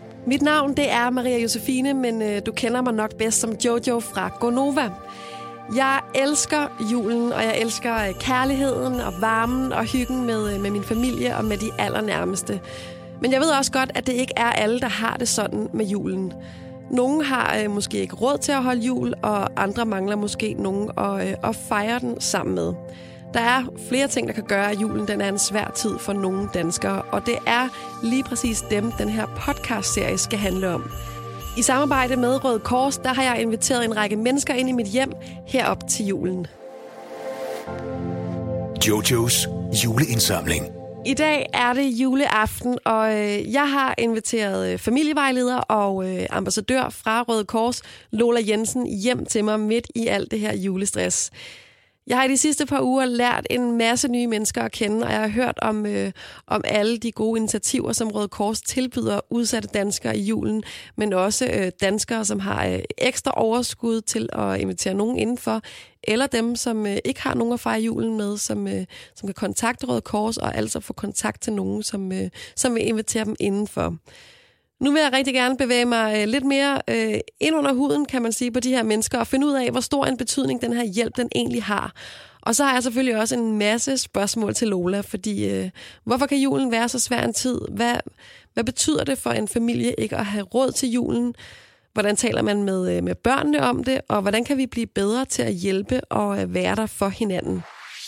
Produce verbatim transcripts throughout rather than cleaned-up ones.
Mit navn det er Maria Josefine, men øh, du kender mig nok bedst som Jojo fra Gonova. Jeg elsker julen, og jeg elsker øh, kærligheden og varmen og hyggen med, øh, med min familie og med de allernærmeste. Men jeg ved også godt, at det ikke er alle, der har det sådan med julen. Nogle har øh, måske ikke råd til at holde jul, og andre mangler måske nogen at, øh, at fejre den sammen med. Der er flere ting, der kan gøre, at julen den er en svær tid for nogle danskere, og det er lige præcis dem, den her podcast-serie skal handle om. I samarbejde med Røde Kors, der har jeg inviteret en række mennesker ind i mit hjem herop til julen. Jojos juleindsamling. I dag er det juleaften, og øh, jeg har inviteret øh, familievejleder og øh, ambassadør fra Røde Kors, Lola Jensen, hjem til mig midt i alt det her julestress. Jeg har i de sidste par uger lært en masse nye mennesker at kende, og jeg har hørt om, øh, om alle de gode initiativer, som Røde Kors tilbyder udsatte danskere i julen, men også øh, danskere, som har øh, ekstra overskud til at invitere nogen indenfor, eller dem, som øh, ikke har nogen at fejre julen med, som, øh, som kan kontakte Røde Kors og altså få kontakt til nogen, som, øh, som vil invitere dem indenfor. Nu vil jeg rigtig gerne bevæge mig lidt mere øh, ind under huden, kan man sige, på de her mennesker, og finde ud af, hvor stor en betydning den her hjælp, den egentlig har. Og så har jeg selvfølgelig også en masse spørgsmål til Lola, fordi øh, hvorfor kan julen være så svær en tid? Hvad, hvad betyder det for en familie ikke at have råd til julen? Hvordan taler man med, med børnene om det? Og hvordan kan vi blive bedre til at hjælpe og være der for hinanden?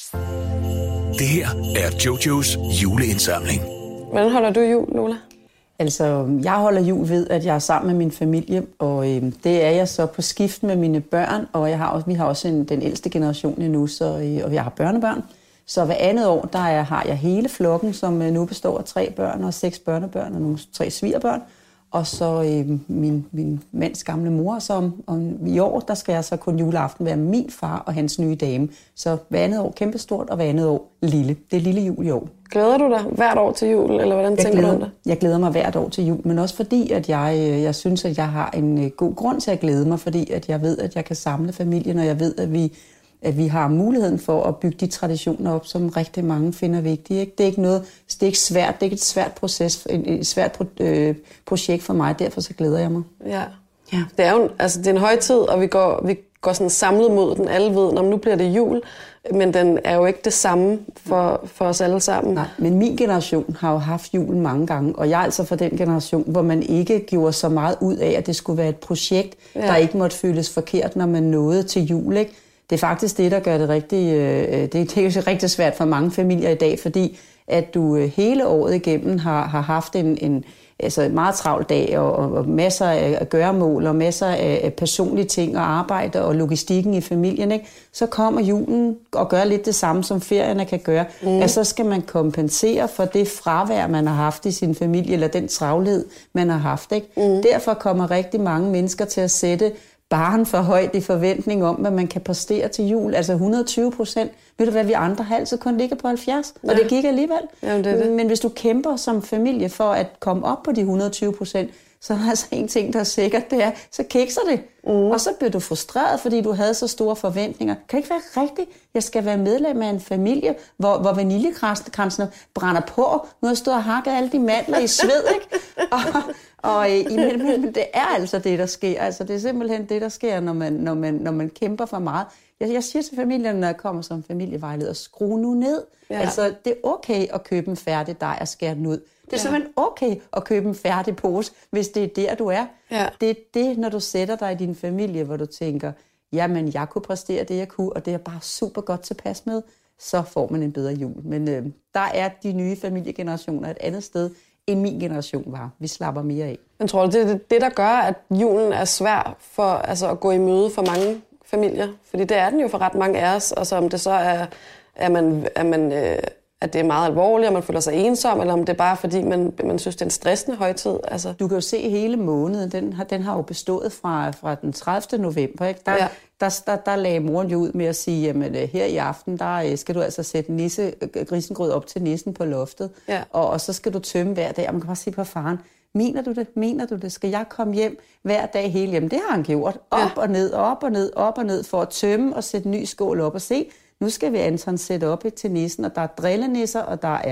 Det her er Jojos juleindsamling. Hvordan holder du jul, Lola? Altså, jeg holder jul ved, at jeg er sammen med min familie, og øh, det er jeg så på skift med mine børn, og jeg har også, vi har også en, den ældste generation endnu, så, øh, og jeg har børnebørn. Så hver andet år, der er, har jeg hele flokken, som øh, nu består af tre børn og seks børnebørn og nogle tre svigerbørn. Og så øh, min, min mands gamle mor, som om, i år, der skal jeg så kun juleaften være min far og hans nye dame. Så hver andet år kæmpestort, og hver andet år lille. Det er lille jul i år. Glæder du dig hvert år til jul, eller hvordan tænker glæder, du om det? Jeg glæder mig hvert år til jul, men også fordi, at jeg, jeg synes, at jeg har en god grund til at glæde mig, fordi at jeg ved, at jeg kan samle familien, og jeg ved, at vi, at vi har muligheden for at bygge de traditioner op, som rigtig mange finder vigtige. Ikke? Det er ikke noget, det er ikke svært, det er ikke et svært proces, et svært pro, øh, projekt for mig, derfor så glæder jeg mig. Ja, ja. Det er jo altså, det er en højtid, og vi går, vi går sådan samlet mod den. Alle ved, når nu bliver det jul, men den er jo ikke det samme for, for os alle sammen. Nej, men min generation har jo haft julen mange gange, og jeg er altså fra den generation, hvor man ikke gjorde så meget ud af, at det skulle være et projekt, ja. Der ikke måtte føles forkert, når man nåede til jul, ikke? Det er faktisk det, der gør det rigtig, øh, det, det er jo rigtig svært for mange familier i dag, fordi at du øh, hele året igennem har, har haft en, en altså meget travl dag og, og masser af gøremål og masser af personlige ting og arbejde og logistikken i familien, ikke? Så kommer julen og gør lidt det samme, som ferierne kan gøre. Mm. Altså, så skal man kompensere for det fravær, man har haft i sin familie, eller den travlhed, man har haft, ikke? Mm. Derfor kommer rigtig mange mennesker til at sætte barren for højt i forventning om, hvad man kan præstere til jul. Altså hundrede og tyve procent. Ved du hvad, vi andre har altid kun ligget på halvfjerds, og ja. Det gik alligevel. Jamen, det er det. Men hvis du kæmper som familie for at komme op på de hundrede og tyve procent, så er der altså en ting, der er sikkert, det er, så kikser det. Mm. Og så bliver du frustreret, fordi du havde så store forventninger. Kan det ikke være rigtigt? Jeg skal være medlem af en familie, hvor, hvor vaniljekransene brænder på. Nu har jeg stået og hakket alle de mandler i sved, ikke? Og, og men, men det er altså det, der sker. Altså, det er simpelthen det, der sker, når man, når man, når man kæmper for meget. Jeg, jeg siger til familien, når jeg kommer som familievejleder, skru nu ned. Ja. Altså, det er okay at købe en færdig dej og skære den ud. Det er ja. Simpelthen okay at købe en færdig pose, hvis det er der, du er. Ja. Det er det, når du sætter dig i din familie, hvor du tænker, jamen, jeg kunne præstere det, jeg kunne, og det er bare super godt tilpas med, så får man en bedre jul. Men øh, der er de nye familiegenerationer et andet sted, end min generation var. Vi slapper mere af. Men tror du, det er det, der gør, at julen er svær for altså, at gå i møde for mange familier? Fordi det er den jo for ret mange af os, og så om det så er, er man... Er man øh, at det er meget alvorligt, og man føler sig ensom, eller om det er bare fordi, man, man synes, det er en stressende højtid. Altså. Du kan jo se hele måneden, den har, den har jo bestået fra, fra den tredivte november. Ikke? Der, ja. der, der, der lagde moren jo ud med at sige, jamen her i aften, der skal du altså sætte nisse, grisengrød op til nissen på loftet, ja. og, og så skal du tømme hver dag, og man kan bare sige på faren, mener du det? Mener du det? Skal jeg komme hjem hver dag hele hjem? Det har han gjort. Op ja. og ned, op og ned, op og ned, for at tømme og sætte en ny skål op og se, nu skal vi Anton sætte op til nissen, og der er drillenisser, og der er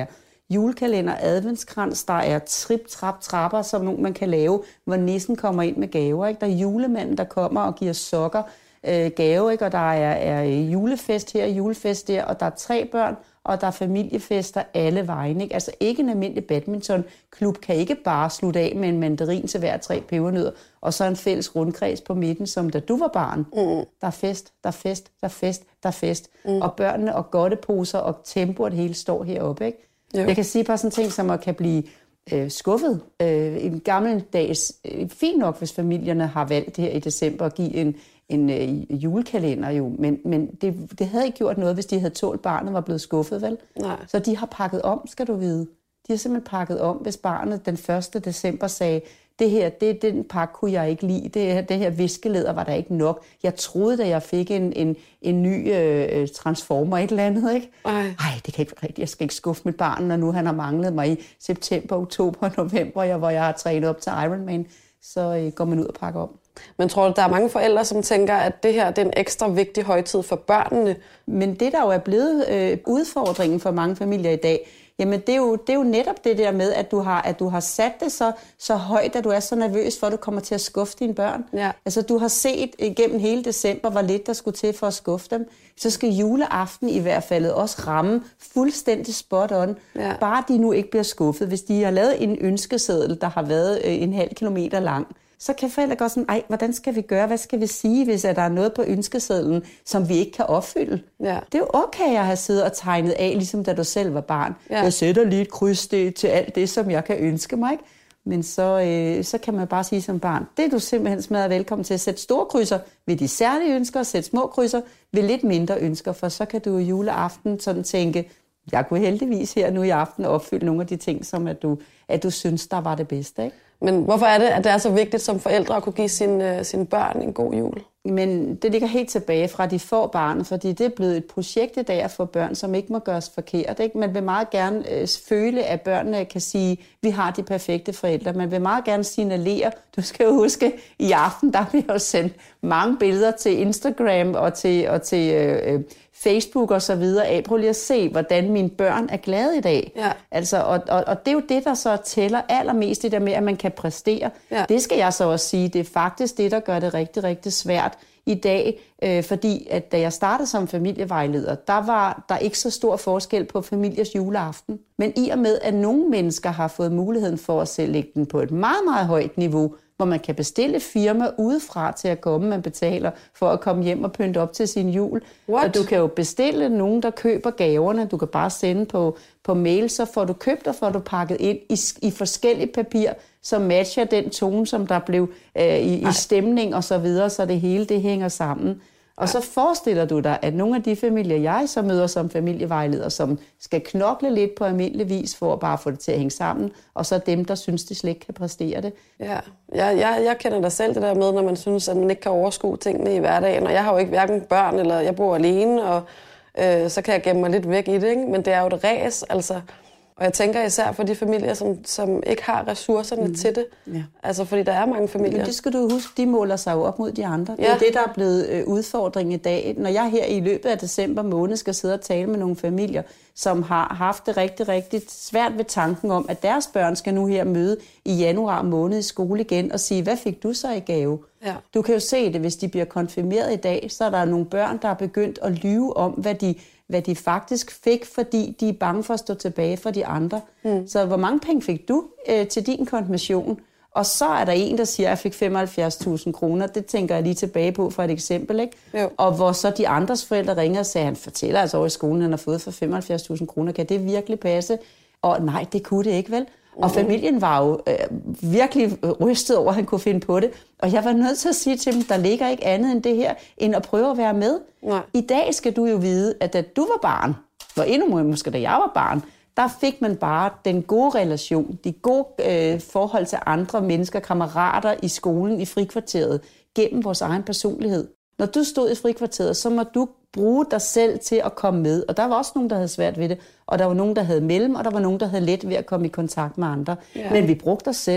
julekalender, adventskrans, der er trip-trap-trapper, som nogen man kan lave, hvor nissen kommer ind med gaver. Ikke? Der er julemanden, der kommer og giver sokker øh, gave, ikke? Og der er, er julefest her, julefest der, og der er tre børn, og der er familiefester alle vejen. Ikke? Altså ikke en almindelig badmintonklub kan ikke bare slutte af med en mandarin til hver tre pebernødder, og så en fælles rundkreds på midten, som da du var barn. Mm. Der er fest, der er fest, der er fest, der er fest. Mm. Og børnene og godteposer og tempo, det hele står heroppe. Ikke? Jeg kan sige bare sådan ting, som at kan blive øh, skuffet. Øh, en gammeldags, øh, fint nok, hvis familierne har valgt det her i december at give en, en øh, julekalender jo, men, men det, det havde ikke gjort noget, hvis de havde tålt, barnet var blevet skuffet, vel? Nej. Så de har pakket om, skal du vide. De har simpelthen pakket om, hvis barnet den første december sagde, det her, det, den pakke kunne jeg ikke lide, det her, det her viskelæder var der ikke nok. Jeg troede, da jeg fik en, en, en ny øh, transformer, et eller andet, ikke? Ej. Ej, det kan ikke være rigtigt. Jeg skal ikke skuffe mit barn, når nu han har manglet mig i september, oktober, november, jeg, hvor jeg har trænet op til Ironman. Så øh, går man ud og pakker om. Men tror du, der er mange forældre, som tænker, at det her det er en ekstra vigtig højtid for børnene? Men det, der jo er blevet øh, udfordringen for mange familier i dag, jamen det er, jo, det er jo netop det der med, at du har, at du har sat det så, så højt, at du er så nervøs for, at du kommer til at skuffe dine børn. Ja. Altså du har set igennem hele december, hvor lidt der skulle til for at skuffe dem. Så skal juleaften i hvert fald også ramme fuldstændig spot on. Ja. Bare de nu ikke bliver skuffet. Hvis de har lavet en ønskeseddel, der har været øh, en halv kilometer lang, så kan forældre gå sådan, ej, hvordan skal vi gøre? Hvad skal vi sige, hvis der er noget på ønskesedlen, som vi ikke kan opfylde? Ja. Det er jo okay at have siddet og tegnet af, ligesom da du selv var barn. Ja. Jeg sætter lige et kryds det, til alt det, som jeg kan ønske mig, ikke? Men så, øh, så kan man bare sige som barn, det er du simpelthen smadret velkommen til at sætte store krydser ved de særlige ønsker, og sætte små krydser ved lidt mindre ønsker, for så kan du i juleaften sådan tænke, jeg kunne heldigvis her nu i aften opfylde nogle af de ting, som at du, at du synes, der var det bedste, ikke? Men hvorfor er det, at det er så vigtigt som forældre at kunne give sine, sine børn en god jul? Men det ligger helt tilbage fra, de får barn, fordi det er blevet et projekt i dag at få børn, som ikke må gøres forkert. Ikke? Man vil meget gerne øh, føle, at børnene kan sige, vi har de perfekte forældre. Man vil meget gerne signalere, du skal jo huske, i aften, der bliver jo sendt mange billeder til Instagram og til, og til øh, Facebook og så videre af. Prøv lige at se, hvordan mine børn er glade i dag. Ja. Altså, og, og, og det er jo det, der så tæller allermest, det der med, at man kan præstere. Ja. Det skal jeg så også sige, det er faktisk det, der gør det rigtig, rigtig svært i dag, øh, fordi at da jeg startede som familievejleder, der var der ikke så stor forskel på familiers juleaften. Men i og med, at nogle mennesker har fået muligheden for at selv lægge den på et meget, meget højt niveau, hvor man kan bestille firma udefra til at komme, man betaler for at komme hjem og pynte op til sin jul. What? Og du kan jo bestille nogen, der køber gaverne. Du kan bare sende på, på mail, så får du købt og får du pakket ind i, i forskellige papir, som matcher den tone, som der blev øh, i, i stemning og så videre, så det hele det hænger sammen. Og så forestiller du dig, at nogle af de familier, jeg så møder som familievejleder, som skal knokle lidt på almindelig vis for at bare få det til at hænge sammen, og så dem, der synes, de slet ikke kan præstere det. Ja, jeg, jeg, jeg kender da selv det der med, når man synes, at man ikke kan overskue tingene i hverdagen, og jeg har jo ikke hverken børn, eller jeg bor alene, og øh, så kan jeg gemme mig lidt væk i det, ikke? Men det er jo et ræs, altså. Og jeg tænker især for de familier, som, som ikke har ressourcerne mm. til det. Ja. Altså, fordi der er mange familier. Men det skal du huske, de måler sig jo op mod de andre. Ja. Det er det, der er blevet øh, udfordringen i dag. Når jeg her i løbet af december måned skal sidde og tale med nogle familier, som har haft det rigtig, rigtig svært ved tanken om, at deres børn skal nu her møde i januar måned i skole igen og sige, hvad fik du så i gave? Ja. Du kan jo se det, hvis de bliver konfirmeret i dag, så er der nogle børn, der er begyndt at lyve om, hvad de hvad de faktisk fik, fordi de er bange for at stå tilbage for de andre. Mm. Så hvor mange penge fik du øh, til din konfirmation? Og så er der en, der siger, at jeg fik femoghalvfjerds tusind kroner. Det tænker jeg lige tilbage på for et eksempel. Ikke? Og hvor så de andres forældre ringer og siger, han fortæller altså over i skolen, at han har fået for femoghalvfjerds tusind kroner. Kan det virkelig passe? Og nej, det kunne det ikke, vel? Mm. Og familien var jo øh, virkelig rystet over, at han kunne finde på det. Og jeg var nødt til at sige til dem, der ligger ikke andet end det her, end at prøve at være med. Nej. I dag skal du jo vide, at da du var barn, og endnu måske da jeg var barn, der fik man bare den gode relation, de gode øh, forhold til andre mennesker, kammerater i skolen, i frikvarteret, gennem vores egen personlighed. Når du stod i frikvarteret, så må du bruge dig selv til at komme med. Og der var også nogen, der havde svært ved det. Og der var nogen, der havde mellem, og der var nogen, der havde let ved at komme i kontakt med andre. Ja. Men vi brugte os selv.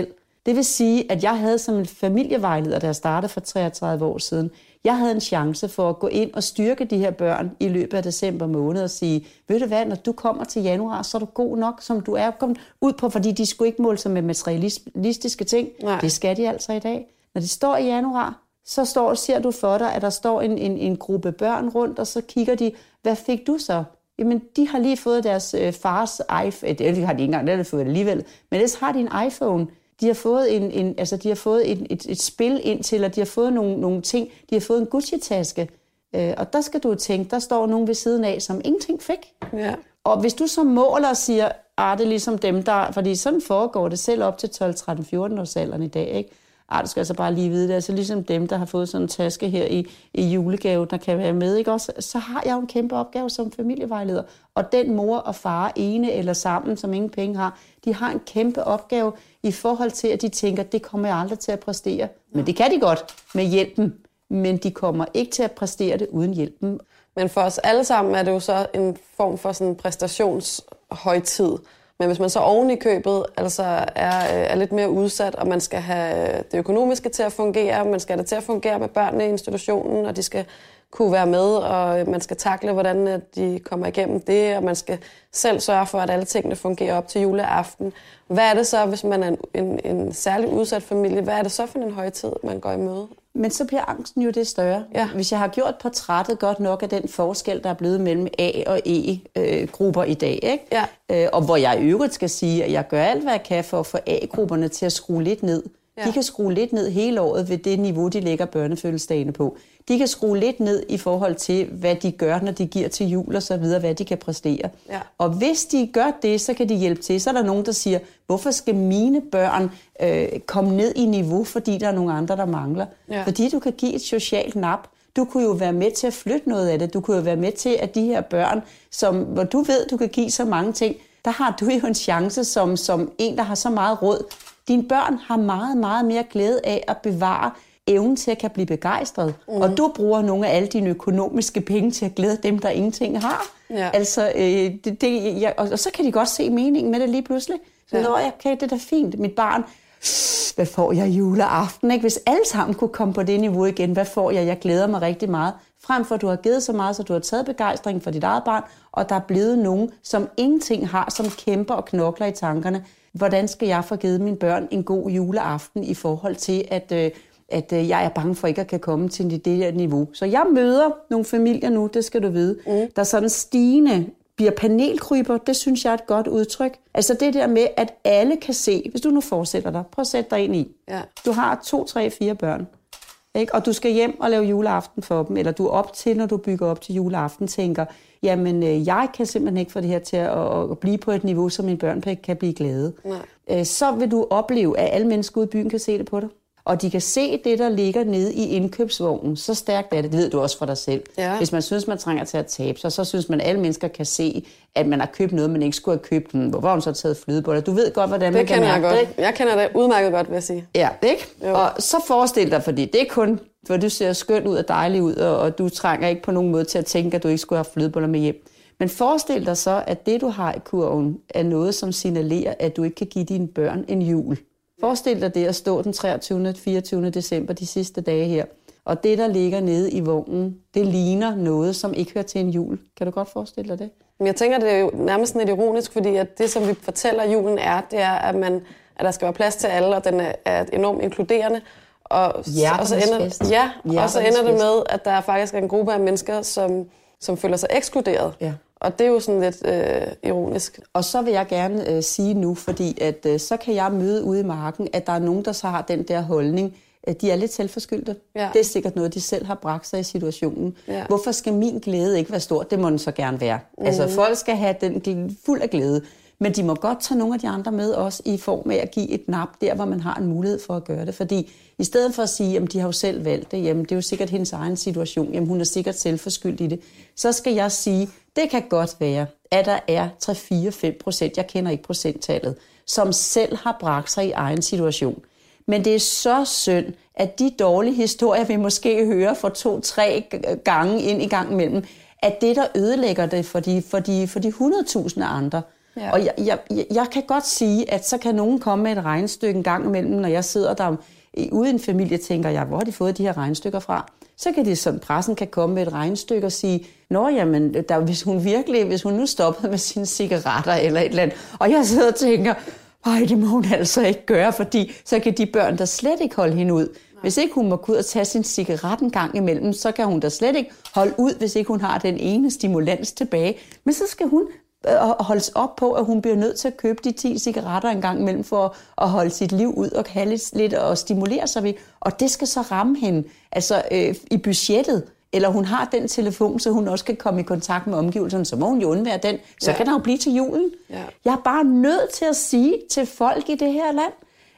Det vil sige, at jeg havde som en familievejleder, da jeg startede for treogtredive år siden, jeg havde en chance for at gå ind og styrke de her børn i løbet af december måned og sige, ved du hvad, når du kommer til januar, så er du god nok, som du er kommet ud på, fordi de skulle ikke måle sig med materialistiske ting. Nej. Det skal de altså i dag. Når de står i januar, så står, ser du for dig, at der står en, en, en gruppe børn rundt, og så kigger de, hvad fik du så? Jamen, de har lige fået deres øh, fars iPhone, det har de ikke engang, det har de fået alligevel, men ellers har de en iPhone. De har fået, en, en, altså de har fået et, et, et spil ind til, og de har fået nogle, nogle ting. De har fået en Gucci-taske. Øh, og der skal du tænke, der står nogen ved siden af, som ingenting fik. Ja. Og hvis du så måler og siger, ah, det er ligesom dem, der... Fordi sådan foregår det selv op til tolv, tretten, fjorten års alderen i dag, ikke? Ah, du skal altså bare lige vide det. Altså ligesom dem, der har fået sådan en taske her i, i julegave, der kan være med, ikke også? Så har jeg jo en kæmpe opgave som familievejleder. Og den mor og far, ene eller sammen, som ingen penge har, de har en kæmpe opgave i forhold til, at de tænker, det kommer jeg aldrig til at præstere. Men det kan de godt med hjælpen, men de kommer ikke til at præstere det uden hjælpen. Men for os alle sammen er det jo så en form for sådan præstationshøjtid. Men hvis man så oven i købet altså er, er lidt mere udsat, og man skal have det økonomiske til at fungere, man skal have det til at fungere med børnene i institutionen, og de skal kunne være med, og man skal takle, hvordan de kommer igennem det, og man skal selv sørge for, at alle tingene fungerer op til juleaften. Hvad er det så, hvis man er en, en, en særlig udsat familie? Hvad er det så for en højtid, man går i møde? Men så bliver angsten jo det større. Ja. Hvis jeg har gjort portrættet godt nok af den forskel, der er blevet mellem A- og E-grupper i dag, ikke? Ja. Øh, og hvor jeg i øvrigt skal sige, at jeg gør alt, hvad jeg kan for at få A-grupperne til at skrue lidt ned. Ja. De kan skrue lidt ned hele året ved det niveau, de lægger børnefødselsdagene på. De kan skrue lidt ned i forhold til, hvad de gør, når de giver til jul og så videre, hvad de kan præstere. Ja. Og hvis de gør det, så kan de hjælpe til. Så er der nogen, der siger, hvorfor skal mine børn øh, komme ned i niveau, fordi der er nogle andre, der mangler? Ja. Fordi du kan give et socialt nap. Du kunne jo være med til at flytte noget af det. Du kunne jo være med til, at de her børn, som, hvor du ved, du kan give så mange ting, der har du jo en chance som, som en, der har så meget råd. Dine børn har meget, meget mere glæde af at bevare evnen til at kan blive begejstret. Mm. Og du bruger nogle af alle dine økonomiske penge til at glæde dem, der ingenting har. Ja. Altså, øh, det, det, jeg, og, og så kan de godt se meningen med det lige pludselig. Så ja. Nå, okay, det er da fint. Mit barn, hvad får jeg juleaften? Ikke? Hvis alle sammen kunne komme på det niveau igen, hvad får jeg? Jeg glæder mig rigtig meget. Frem for, at du har givet så meget, så du har taget begejstring for dit eget barn, og der er blevet nogen, som ingenting har, som kæmper og knokler i tankerne. Hvordan skal jeg få givet mine børn en god juleaften i forhold til, at, øh, at øh, jeg er bange for ikke at kan komme til det der niveau. Så jeg møder nogle familier nu, det skal du vide, mm. der sådan stigende bliver panelkryber. Det synes jeg er et godt udtryk. Altså det der med, at alle kan se, hvis du nu fortsætter dig, prøv at sætte dig ind i. Ja. Du har to, tre, fire børn, ikke? Og du skal hjem og lave juleaften for dem, eller du er op til, når du bygger op til juleaften, tænker, jamen øh, jeg kan simpelthen ikke få det her til at, at, at blive på et niveau, så mine børn kan blive glade. Øh, så vil du opleve, at alle mennesker ude i byen kan se det på dig. Og de kan se det, der ligger nede i indkøbsvognen. Så stærkt er det. Det ved du også for dig selv. Ja. Hvis man synes, man trænger til at tabe sig, så synes man, at alle mennesker kan se, at man har købt noget, man ikke skulle have købt. Hvorfor har man så taget flødeboller? Du ved godt, hvordan det man kan mærke det. Det kender jeg godt. Jeg kender det udmærket godt, vil jeg sige. Ja, ikke? Jo. Og så forestil dig, fordi det er kun, hvor du ser skønt ud og dejlig ud, og, og du trænger ikke på nogen måde til at tænke, at du ikke skulle have flødeboller med hjem. Men forestil dig så, at det, du har i kurven, er noget, som signalerer, at du ikke kan give dine børn en jul. Forestil dig det at stå den treogtyvende og fireogtyvende december de sidste dage her. Og det, der ligger nede i vognen, det ligner noget, som ikke hører til en jul. Kan du godt forestille dig det? Men jeg tænker, det er jo nærmest lidt ironisk, fordi at det, som vi fortæller, julen er, det er, at, man, at der skal være plads til alle, og den er enormt inkluderende. Og, og så ender, ja, og så ender det med, at der faktisk er en gruppe af mennesker, som, som føler sig ekskluderet. Ja. Og det er jo sådan lidt øh, ironisk. Og så vil jeg gerne øh, sige nu, fordi at, øh, så kan jeg møde ude i marken, at der er nogen, der så har den der holdning, at de er lidt selvforskyldte. Ja. Det er sikkert noget, de selv har bragt sig i situationen. Ja. Hvorfor skal min glæde ikke være stor? Det må den så gerne være. Mm. Altså folk skal have den fuld af glæde. Men de må godt tage nogle af de andre med også i form af at give et nap der, hvor man har en mulighed for at gøre det. Fordi i stedet for at sige, at de har jo selv valgt det, jamen det er jo sikkert hendes egen situation, jamen hun er sikkert selvforskyldt i det, så skal jeg sige, det kan godt være, at der er tre, fire, fem procent, jeg kender ikke procenttallet, som selv har bragt sig i egen situation. Men det er så synd, at de dårlige historier, vi måske hører for to, tre gange ind i gang imellem, at det, der ødelægger det for de, for de, for de hundredtusinde andre, Ja. Og jeg, jeg, jeg kan godt sige, at så kan nogen komme med et regnestykke en gang imellem, når jeg sidder der ude i en familie, tænker jeg, hvor har de fået de her regnestykker fra? Så kan det sådan, pressen kan komme med et regnestykke og sige, nå jamen, der, hvis hun virkelig, hvis hun nu stoppede med sine cigaretter eller et eller andet, og jeg sidder og tænker, nej, det må hun altså ikke gøre, fordi så kan de børn der slet ikke holde hende ud. Hvis ikke hun må gå ud og tage sin cigaret en gang imellem, så kan hun da slet ikke holde ud, hvis ikke hun har den ene stimulans tilbage. Men så skal hun holdes op på, at hun bliver nødt til at købe de ti cigaretter en gang imellem for at holde sit liv ud og have lidt, lidt og stimulere sig ved. Og det skal så ramme hende altså, øh, i budgettet. Eller hun har den telefon, så hun også kan komme i kontakt med omgivelserne, så må hun jo undvære den. Så ja. Kan der jo blive til julen. Ja. Jeg er bare nødt til at sige til folk i det her land,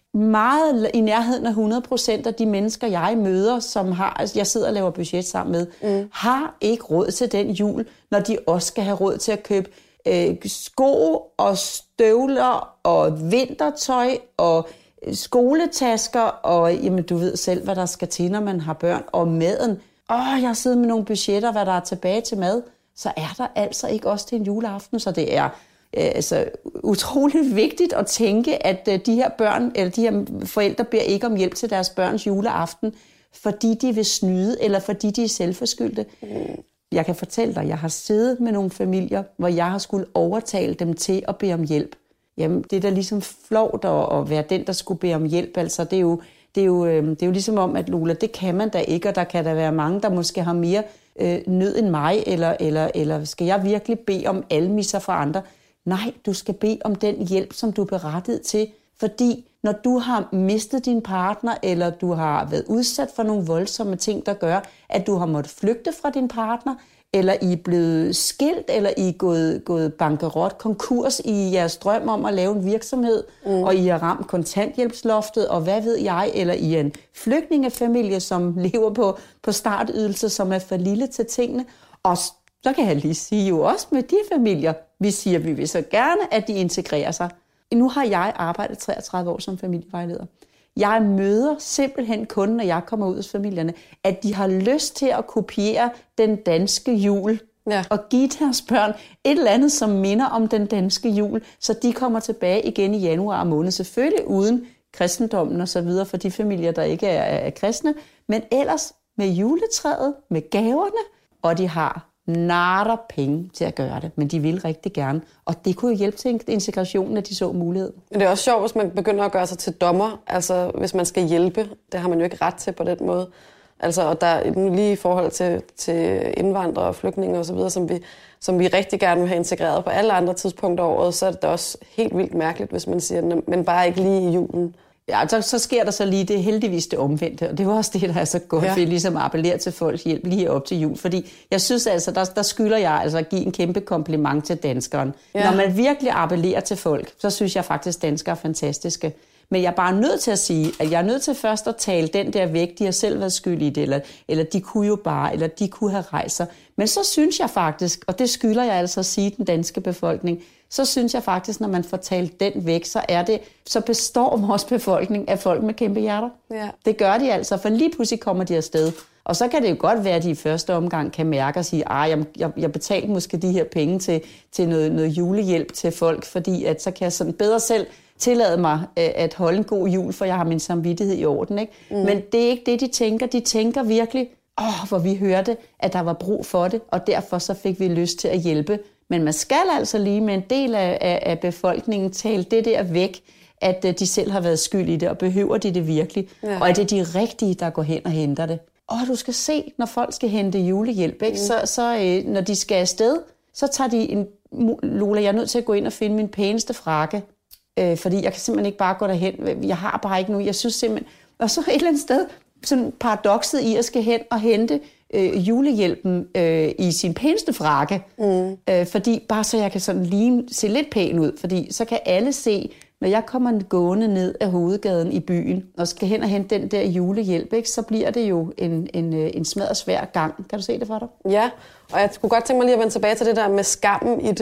meget i nærheden af hundrede procent af de mennesker, jeg møder, som har, altså jeg sidder og laver budget sammen med, mm. har ikke råd til den jul, når de også skal have råd til at købe øh, sko og støvler og vintertøj og skoletasker og jamen, du ved selv, hvad der skal til, når man har børn, og maden. Åh, jeg har siddet med nogle budgetter, hvad der er tilbage til mad, så er der altså ikke også til en juleaften, så det er altså utroligt vigtigt at tænke, at de her børn, eller de her forældre beder ikke om hjælp til deres børns juleaften, fordi de vil snyde, eller fordi de er selvforskyldte. Mm. Jeg kan fortælle dig, jeg har siddet med nogle familier, hvor jeg har skulle overtale dem til at bede om hjælp. Jamen, det er da ligesom flovt at være den, der skulle bede om hjælp. Altså, det er jo, det er jo, det er jo ligesom om, at Lola, det kan man da ikke, og der kan der være mange, der måske har mere øh, nød end mig, eller, eller, eller skal jeg virkelig bede om almisser fra andre? Nej, du skal bede om den hjælp, som du er berettiget til, fordi når du har mistet din partner, eller du har været udsat for nogle voldsomme ting, der gør, at du har måttet flygte fra din partner, eller I er blevet skilt, eller I er gået, gået bankerot, konkurs i jeres drøm om at lave en virksomhed, mm. og I har ramt kontanthjælpsloftet, og hvad ved jeg, eller I er en flygtningefamilie, som lever på, på startydelse, som er for lille til tingene, og så kan jeg lige sige jo også med de familier, vi siger, vi vil så gerne, at de integrerer sig. Nu har jeg arbejdet treogtredive år som familievejleder. Jeg møder simpelthen kun, når jeg kommer ud hos familierne, at de har lyst til at kopiere den danske jul. Ja. Og give deres børn et eller andet, som minder om den danske jul, så de kommer tilbage igen i januar måned. Selvfølgelig uden kristendommen og så videre for de familier, der ikke er, er kristne, men ellers med juletræet, med gaverne, og de har natter penge til at gøre det, men de vil rigtig gerne. Og det kunne jo hjælpe til integrationen, at de så mulighed. Men det er også sjovt, hvis man begynder at gøre sig til dommer, altså hvis man skal hjælpe. Det har man jo ikke ret til på den måde. Altså, og der er lige i forhold til, til indvandrere og flygtninge osv., som vi, som vi rigtig gerne vil have integreret på alle andre tidspunkter af året, så er det også helt vildt mærkeligt, hvis man siger, men bare ikke lige i julen. Ja, så, så sker der så lige det heldigvis det omvendte, og det var også det, der er så godt, ja. Vi ligesom appellerer til folks hjælp lige op til jul, fordi jeg synes altså, der, der skylder jeg altså at give en kæmpe kompliment til danskeren. Ja. Når man virkelig appellerer til folk, så synes jeg faktisk, at danskere er fantastiske. Men jeg er bare nødt til at sige, at jeg er nødt til først at tale den der væk, de har selv været skyld i det, eller, eller de kunne jo bare, eller de kunne have rejst sig. Men så synes jeg faktisk, og det skylder jeg altså at sige den danske befolkning, så synes jeg faktisk, når man får talt den væk, så er det, så består vores befolkning af folk med kæmpe hjerter. Ja. Det gør de altså, for lige pludselig kommer de afsted. Og så kan det jo godt være, at de i første omgang kan mærke og sige, at jeg, jeg, jeg betalte måske de her penge til, til noget, noget julehjælp til folk, fordi at så kan jeg sådan bedre selv tillade mig at holde en god jul, for jeg har min samvittighed i orden. Ikke? Mm. Men det er ikke det, de tænker. De tænker virkelig, åh, hvor vi hørte, at der var brug for det, og derfor så fik vi lyst til at hjælpe. Men man skal altså lige med en del af, af, af befolkningen tale det der væk, at de selv har været skyld i det, og behøver de det virkelig. Ja. Og at det er de rigtige, der går hen og henter det. Og du skal se, når folk skal hente julehjælp, ikke? Mm. så, så øh, når de skal afsted, så tager de en... Lola, jeg er nødt til at gå ind og finde min pæneste frakke, øh, fordi jeg kan simpelthen ikke bare gå derhen. Jeg har bare ikke nu. Jeg synes simpelthen... Og så et eller andet sted, sådan paradokset i at skal hen og hente øh, julehjælpen øh, i sin pæneste frakke, mm. øh, fordi bare så jeg kan sådan lige se lidt pæn ud, fordi så kan alle se, når jeg kommer gående ned af hovedgaden i byen og skal hen og hente den der julehjælp, ikke, så bliver det jo en, en, en smadret svær gang. Kan du se det for dig? Ja, og jeg kunne godt tænke mig lige at vende tilbage til det der med skammen i det.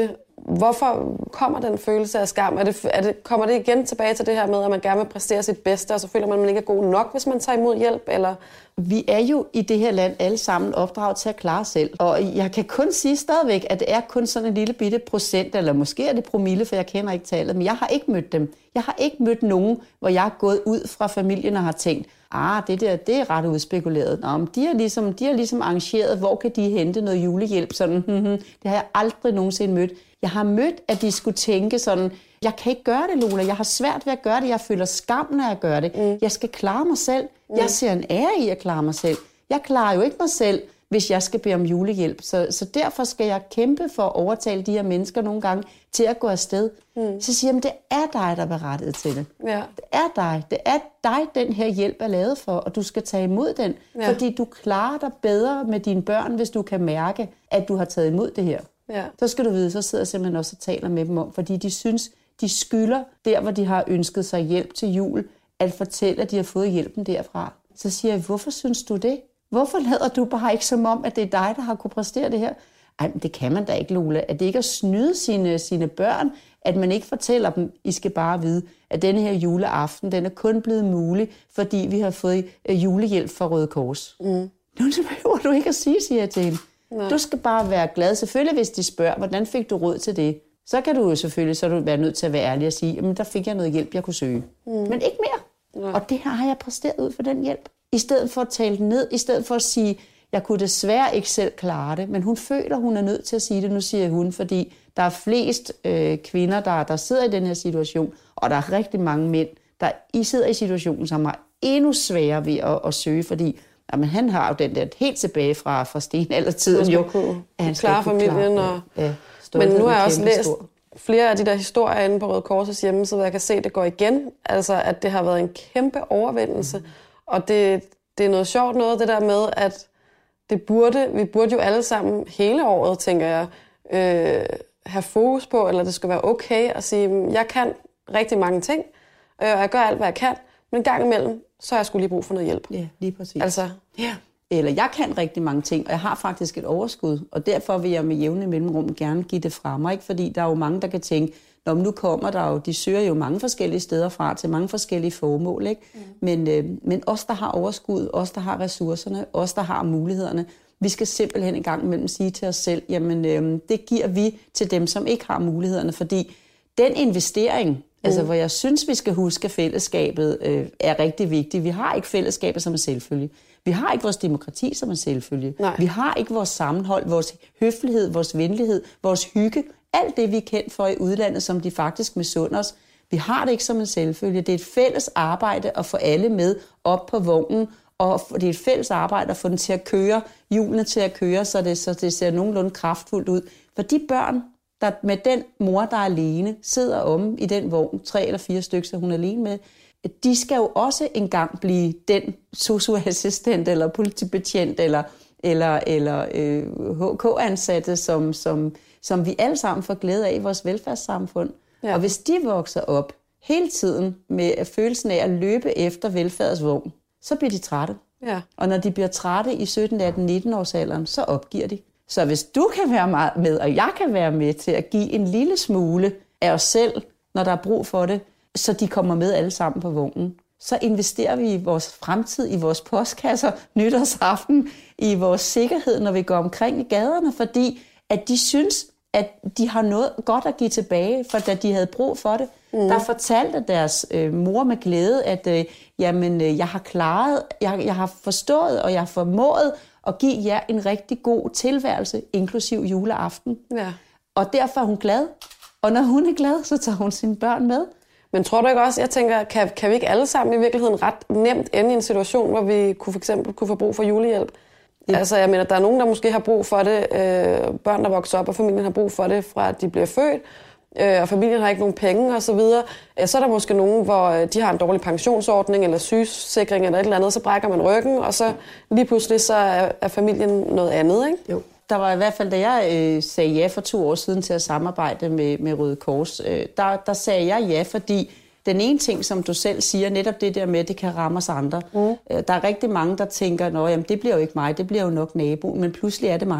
hvorfor kommer den følelse af skam? Er det, er det, kommer det igen tilbage til det her med, at man gerne vil præstere sit bedste, og så føler man, at man ikke er god nok, hvis man tager imod hjælp? Eller? Vi er jo i det her land alle sammen opdraget til at klare selv. Og jeg kan kun sige stadigvæk, at det er kun sådan en lille bitte procent, eller måske er det promille, for jeg kender ikke tallet, men jeg har ikke mødt dem. Jeg har ikke mødt nogen, hvor jeg er gået ud fra familien og har tænkt, ah, det der, det er ret udspekuleret. Nå, men de er ligesom, de er ligesom arrangeret, hvor kan de hente noget julehjælp? Sådan, hmm, hmm. Det har jeg aldrig nogensinde mødt. Jeg har mødt, at de skulle tænke sådan, jeg kan ikke gøre det, Lola. Jeg har svært ved at gøre det. Jeg føler skam, når jeg gør det. Mm. Jeg skal klare mig selv. Mm. Jeg ser en ære i at klare mig selv. Jeg klarer jo ikke mig selv, hvis jeg skal bede om julehjælp. Så, så derfor skal jeg kæmpe for at overtale de her mennesker nogle gange til at gå afsted. Mm. Så siger jeg, det er dig, der er berettiget til det. Ja. Det er dig. Det er dig, den her hjælp er lavet for, og du skal tage imod den. Ja. Fordi du klarer dig bedre med dine børn, hvis du kan mærke, at du har taget imod det her. Ja. Så skal du vide, så sidder jeg simpelthen også og taler med dem om, fordi de synes, de skylder der, hvor de har ønsket sig hjælp til jul, at fortælle, at de har fået hjælpen derfra. Så siger jeg, hvorfor synes du det? Hvorfor lader du bare ikke som om, at det er dig, der har kunne præstere det her? Ej, men det kan man da ikke, Lola. At det ikke er at snyde sine, sine børn, at man ikke fortæller dem, I skal bare vide, at denne her juleaften, den er kun blevet mulig, fordi vi har fået julehjælp fra Røde Kors. Mm. Nu behøver du ikke at sige, siger jeg til hende. Nej. Du skal bare være glad. Selvfølgelig, hvis de spørger, hvordan fik du råd til det? Så kan du jo selvfølgelig så du være nødt til at være ærlig og sige, jamen der fik jeg noget hjælp, jeg kunne søge. Mm. Men ikke mere. Nej. Og det her har jeg præsteret ud for den hjælp. I stedet for at tale den ned, i stedet for at sige, jeg kunne desværre ikke selv klare det, men hun føler, hun er nødt til at sige det, nu siger hun, fordi der er flest øh, kvinder, der, der sidder i den her situation, og der er rigtig mange mænd, der I sidder i situationen, som har endnu sværere ved at, at søge, fordi jamen, han har jo den der helt tilbage fra, fra stenaldertiden jo. Han klare familien. Og... Ja, men nu har jeg også læst stor. flere af de der historier inde på Røde Kors' hjemmeside, hvor jeg kan se, at det går igen. Altså, at det har været en kæmpe overvindelse. Mm. Og det, det er noget sjovt noget, det der med, at det burde, vi burde jo alle sammen hele året, tænker jeg, øh, have fokus på, eller det skal være okay at sige, jeg kan rigtig mange ting, øh, og jeg gør alt, hvad jeg kan, men en gang imellem, så har jeg sgu lige brug for noget hjælp. Ja, lige præcis. Altså, ja. Eller jeg kan rigtig mange ting, og jeg har faktisk et overskud, og derfor vil jeg med jævne mellemrum gerne give det fra mig, ikke? Fordi der er jo mange, der kan tænke, når nu kommer der jo, de søger jo mange forskellige steder fra til mange forskellige formål, ikke? Mm. Men, øh, men os, der har overskud, os, der har ressourcerne, os, der har mulighederne, vi skal simpelthen en gang imellem sige til os selv, jamen øh, det giver vi til dem, som ikke har mulighederne, fordi den investering, mm. altså hvor jeg synes, vi skal huske, at fællesskabet øh, er rigtig vigtigt. Vi har ikke fællesskabet som en selvfølge. Vi har ikke vores demokrati som en selvfølge. Nej. Vi har ikke vores sammenhold, vores høflighed, vores venlighed, vores hygge. Alt det, vi er kendt for i udlandet, som de faktisk misunder os. Vi har det ikke som en selvfølge. Det er et fælles arbejde at få alle med op på vognen, og det er et fælles arbejde at få den til at køre, hjulene til at køre, så det, så det ser nogenlunde kraftfuldt ud. For de børn, der med den mor, der er alene, sidder om i den vogn, tre eller fire stykker, så hun er alene med, de skal jo også engang blive den sosu-assistent, eller politibetjent, eller, eller, eller øh, H K-ansatte, som, som, som vi alle sammen får glæde af i vores velfærdssamfund. Ja. Og hvis de vokser op hele tiden med følelsen af at løbe efter velfærdsvogn, så bliver de trætte. Ja. Og når de bliver trætte i sytten, atten, nitten års alderen, så opgiver de. Så hvis du kan være med, og jeg kan være med til at give en lille smule af os selv, når der er brug for det, så de kommer med alle sammen på vognen, så investerer vi i vores fremtid, i vores postkasser, nytårsaften, i vores sikkerhed, når vi går omkring i gaderne, fordi at de synes, at de har noget godt at give tilbage, for da de havde brug for det. Mm. Der fortalte deres øh, mor med glæde, at øh, jamen, øh, jeg har klaret, jeg, jeg har forstået, og jeg har formået at give jer en rigtig god tilværelse, inklusiv juleaften. Ja. Og derfor er hun glad. Og når hun er glad, så tager hun sine børn med. Men tror du ikke også, jeg tænker, kan, kan vi ikke alle sammen i virkeligheden ret nemt ende i en situation, hvor vi kunne for eksempel kunne få brug for julehjælp? Ja. Altså, jeg mener, der er nogen, der måske har brug for det, øh, børn, der vokser op, og familien har brug for det, fra at de bliver født, øh, og familien har ikke nogen penge, og så videre. Øh, så er der måske nogen, hvor de har en dårlig pensionsordning, eller sygesikring, eller et eller andet, så brækker man ryggen, og så lige pludselig så er, er familien noget andet, ikke? Jo. Der var i hvert fald, da jeg øh, sagde ja for to år siden til at samarbejde med, med Røde Kors, øh, der, der sagde jeg ja, fordi den ene ting, som du selv siger, netop det der med, at det kan ramme os andre. Mm. Der er rigtig mange, der tænker, at det bliver jo ikke mig, det bliver jo nok naboen, men pludselig er det mig.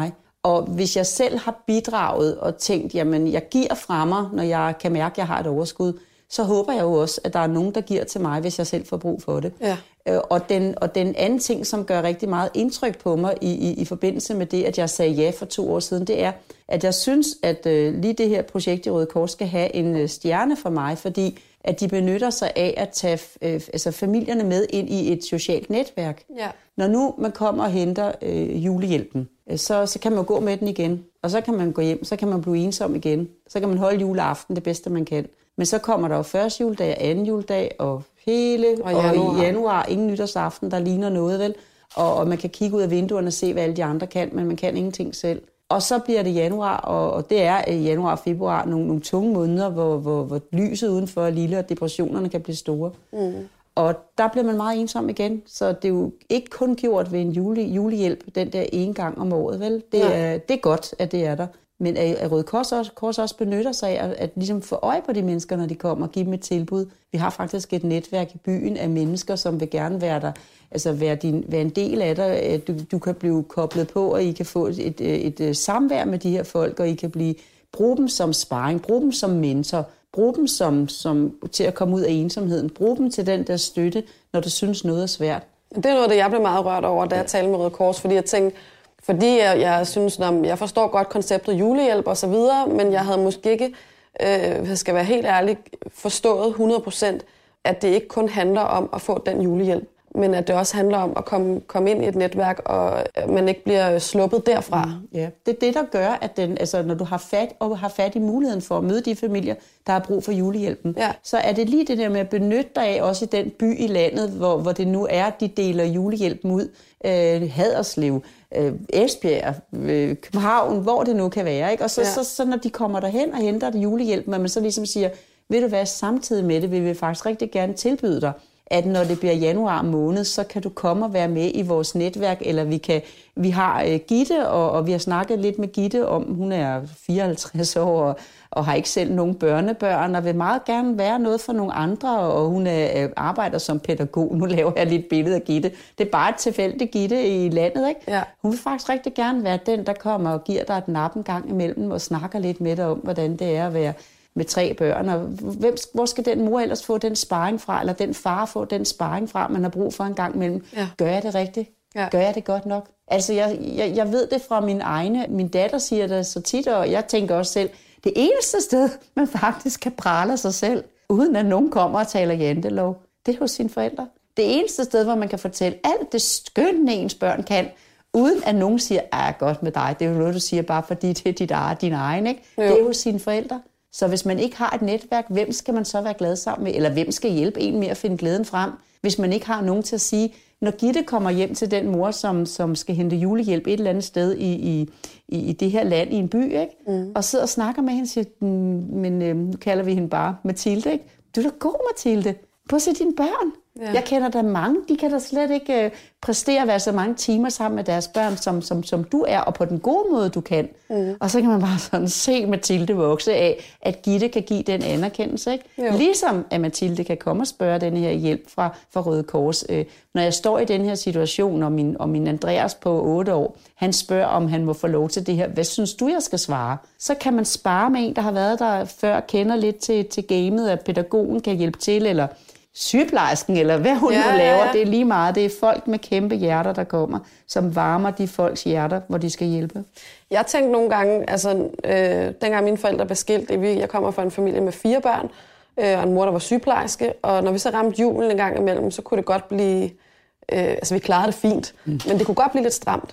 Og hvis jeg selv har bidraget og tænkt, jamen jeg giver fra mig, når jeg kan mærke, at jeg har et overskud, så håber jeg jo også, at der er nogen, der giver til mig, hvis jeg selv får brug for det. Ja. Og, den, og den anden ting, som gør rigtig meget indtryk på mig i, i, i forbindelse med det, at jeg sagde ja for to år siden, det er, at jeg synes, at øh, lige det her projekt i Røde Kors skal have en øh, stjerne for mig, fordi at de benytter sig af at tage øh, altså familierne med ind i et socialt netværk. Ja. Når nu man kommer og henter øh, julehjælpen, øh, så, så kan man gå med den igen, og så kan man gå hjem, så kan man blive ensom igen, så kan man holde juleaften det bedste, man kan. Men så kommer der jo første juledag, anden juledag og hele, og, og januar. i januar ingen nytårsaften, der ligner noget, vel? Og, og man kan kigge ud af vinduerne og se, hvad alle de andre kan, men man kan ingenting selv. Og så bliver det januar, og, og det er i januar og februar nogle, nogle tunge måneder, hvor, hvor, hvor lyset udenfor er lille, og depressionerne kan blive store. Mm. Og der bliver man meget ensom igen, så det er jo ikke kun gjort ved en jule, julehjælp, den der en gang om året, vel? Det er, det er godt, at det er der. Men at Røde Kors også, Kors også benytter sig af at, at ligesom få øje på de mennesker, når de kommer og give dem et tilbud. Vi har faktisk et netværk i byen af mennesker, som vil gerne være der, altså være, din, være en del af dig. Du, du kan blive koblet på, og I kan få et, et, et, et samvær med de her folk, og I kan blive, bruge dem som sparring, bruge dem som mentor, bruge dem som, som, til at komme ud af ensomheden, bruge dem til den der støtte, når du synes noget er svært. Det er noget, det jeg blev meget rørt over, da jeg talte med Røde Kors, fordi jeg tænkte, Fordi jeg, jeg synes, at jeg forstår godt konceptet julehjælp og så videre, men jeg havde måske ikke, øh, jeg skal være helt ærlig, forstået hundrede procent, at det ikke kun handler om at få den julehjælp, men at det også handler om at komme, komme ind i et netværk, og man ikke bliver sluppet derfra. Mm, ja, det er det, der gør, at den, altså, når du har fat, og har fat i muligheden for at møde de familier, der har brug for julehjælpen, ja. så er det lige det der med at benytte dig af, også i den by i landet, hvor, hvor det nu er, de deler julehjælpen ud. Øh, Haderslev, øh, Esbjerg, øh, København, hvor det nu kan være. Ikke? Og så, ja. så, så når de kommer derhen og henter det julehjælp, men man så ligesom siger, ved du hvad, samtidig med det vil vi faktisk rigtig gerne tilbyde dig, at når det bliver januar måned, så kan du komme og være med i vores netværk, eller vi kan, vi har uh, Gitte, og, og vi har snakket lidt med Gitte om, hun er fireoghalvtreds år, og, og har ikke selv nogen børnebørn, og vil meget gerne være noget for nogle andre, og hun er, arbejder som pædagog. Nu laver jeg lidt billede af Gitte. Det er bare et tilfældigt Gitte i landet, ikke? Ja. Hun vil faktisk rigtig gerne være den, der kommer og giver dig et nap en gang imellem, og snakker lidt med dig om, hvordan det er at være med tre børn, og hvem, hvor skal den mor ellers få den sparring fra, eller den far få den sparring fra, man har brug for en gang imellem. Ja. Gør jeg det rigtigt? Ja. Gør jeg det godt nok? Altså, jeg, jeg, jeg ved det fra min egne, min datter siger det så tit, og jeg tænker også selv, det eneste sted, man faktisk kan prale af sig selv, uden at nogen kommer og taler jantelov, det er hos sine forældre. Det eneste sted, hvor man kan fortælle alt det skønne, ens børn kan, uden at nogen siger, ah, godt med dig, det er jo noget, du siger bare fordi det er dit eget, din egen, ikke? Jo. Det er hos sine forældre. Så hvis man ikke har et netværk, hvem skal man så være glad sammen med? Eller hvem skal hjælpe en med at finde glæden frem, hvis man ikke har nogen til at sige, når Gitte kommer hjem til den mor, som, som skal hente julehjælp et eller andet sted i, i, i det her land, i en by, ikke? Mm. Og sidder og snakker med hende og siger, men øh, nu kalder vi hende bare Mathilde, ikke? Du er da god, Mathilde. Prøv at se dine børn. Ja. Jeg kender der mange, de kan da slet ikke øh, præstere at være så mange timer sammen med deres børn, som, som, som du er, og på den gode måde, du kan. Mm. Og så kan man bare sådan se Mathilde vokse af, at Gitte kan give den anerkendelse. Ikke? Ligesom at Mathilde kan komme og spørge den her hjælp fra, fra Røde Kors. Øh, når jeg står i den her situation, og min, og min Andreas på otte år, han spørger, om han må få lov til det her. Hvad synes du, jeg skal svare? Så kan man spare med en, der har været der før, kender lidt til, til gamet, at pædagogen kan hjælpe til, eller sygeplejersken, eller hvad hun ja, nu laver, ja, ja. Det er lige meget. Det er folk med kæmpe hjerter, der kommer, som varmer de folks hjerter, hvor de skal hjælpe. Jeg tænkte nogle gange, altså øh, dengang mine forældre blev skilt, jeg kommer fra en familie med fire børn, øh, og en mor, der var sygeplejerske, og når vi så ramte julen en gang imellem, så kunne det godt blive, øh, altså vi klarede det fint, mm. men det kunne godt blive lidt stramt.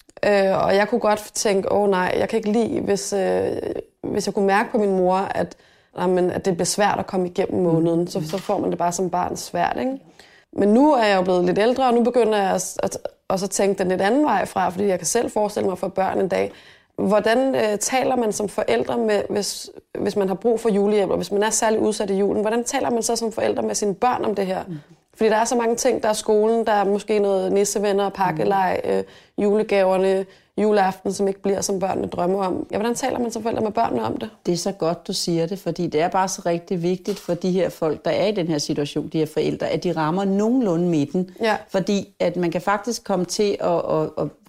Øh, og jeg kunne godt tænke, åh nej, jeg kan ikke lide, hvis, øh, hvis jeg kunne mærke på min mor, at Jamen, at det bliver svært at komme igennem måneden, så, så får man det bare som barn svært, ikke? Men nu er jeg jo blevet lidt ældre, og nu begynder jeg at, at, at, at tænke den lidt anden vej fra, fordi jeg kan selv forestille mig at få børn en dag. Hvordan øh, taler man som forældre, med, hvis, hvis man har brug for julehjælp, og hvis man er særlig udsat i julen? Hvordan taler man så som forældre med sine børn om det her? Fordi der er så mange ting. Der er skolen, der er måske noget nissevenner, pakkelej, øh, julegaverne, juleaften, som ikke bliver, som børnene drømmer om. Ja, hvordan taler man som forældre med børnene om det? Det er så godt, du siger det, fordi det er bare så rigtig vigtigt for de her folk, der er i den her situation, de her forældre, at de rammer nogenlunde midten. Ja. Fordi at man kan faktisk komme til at, at, at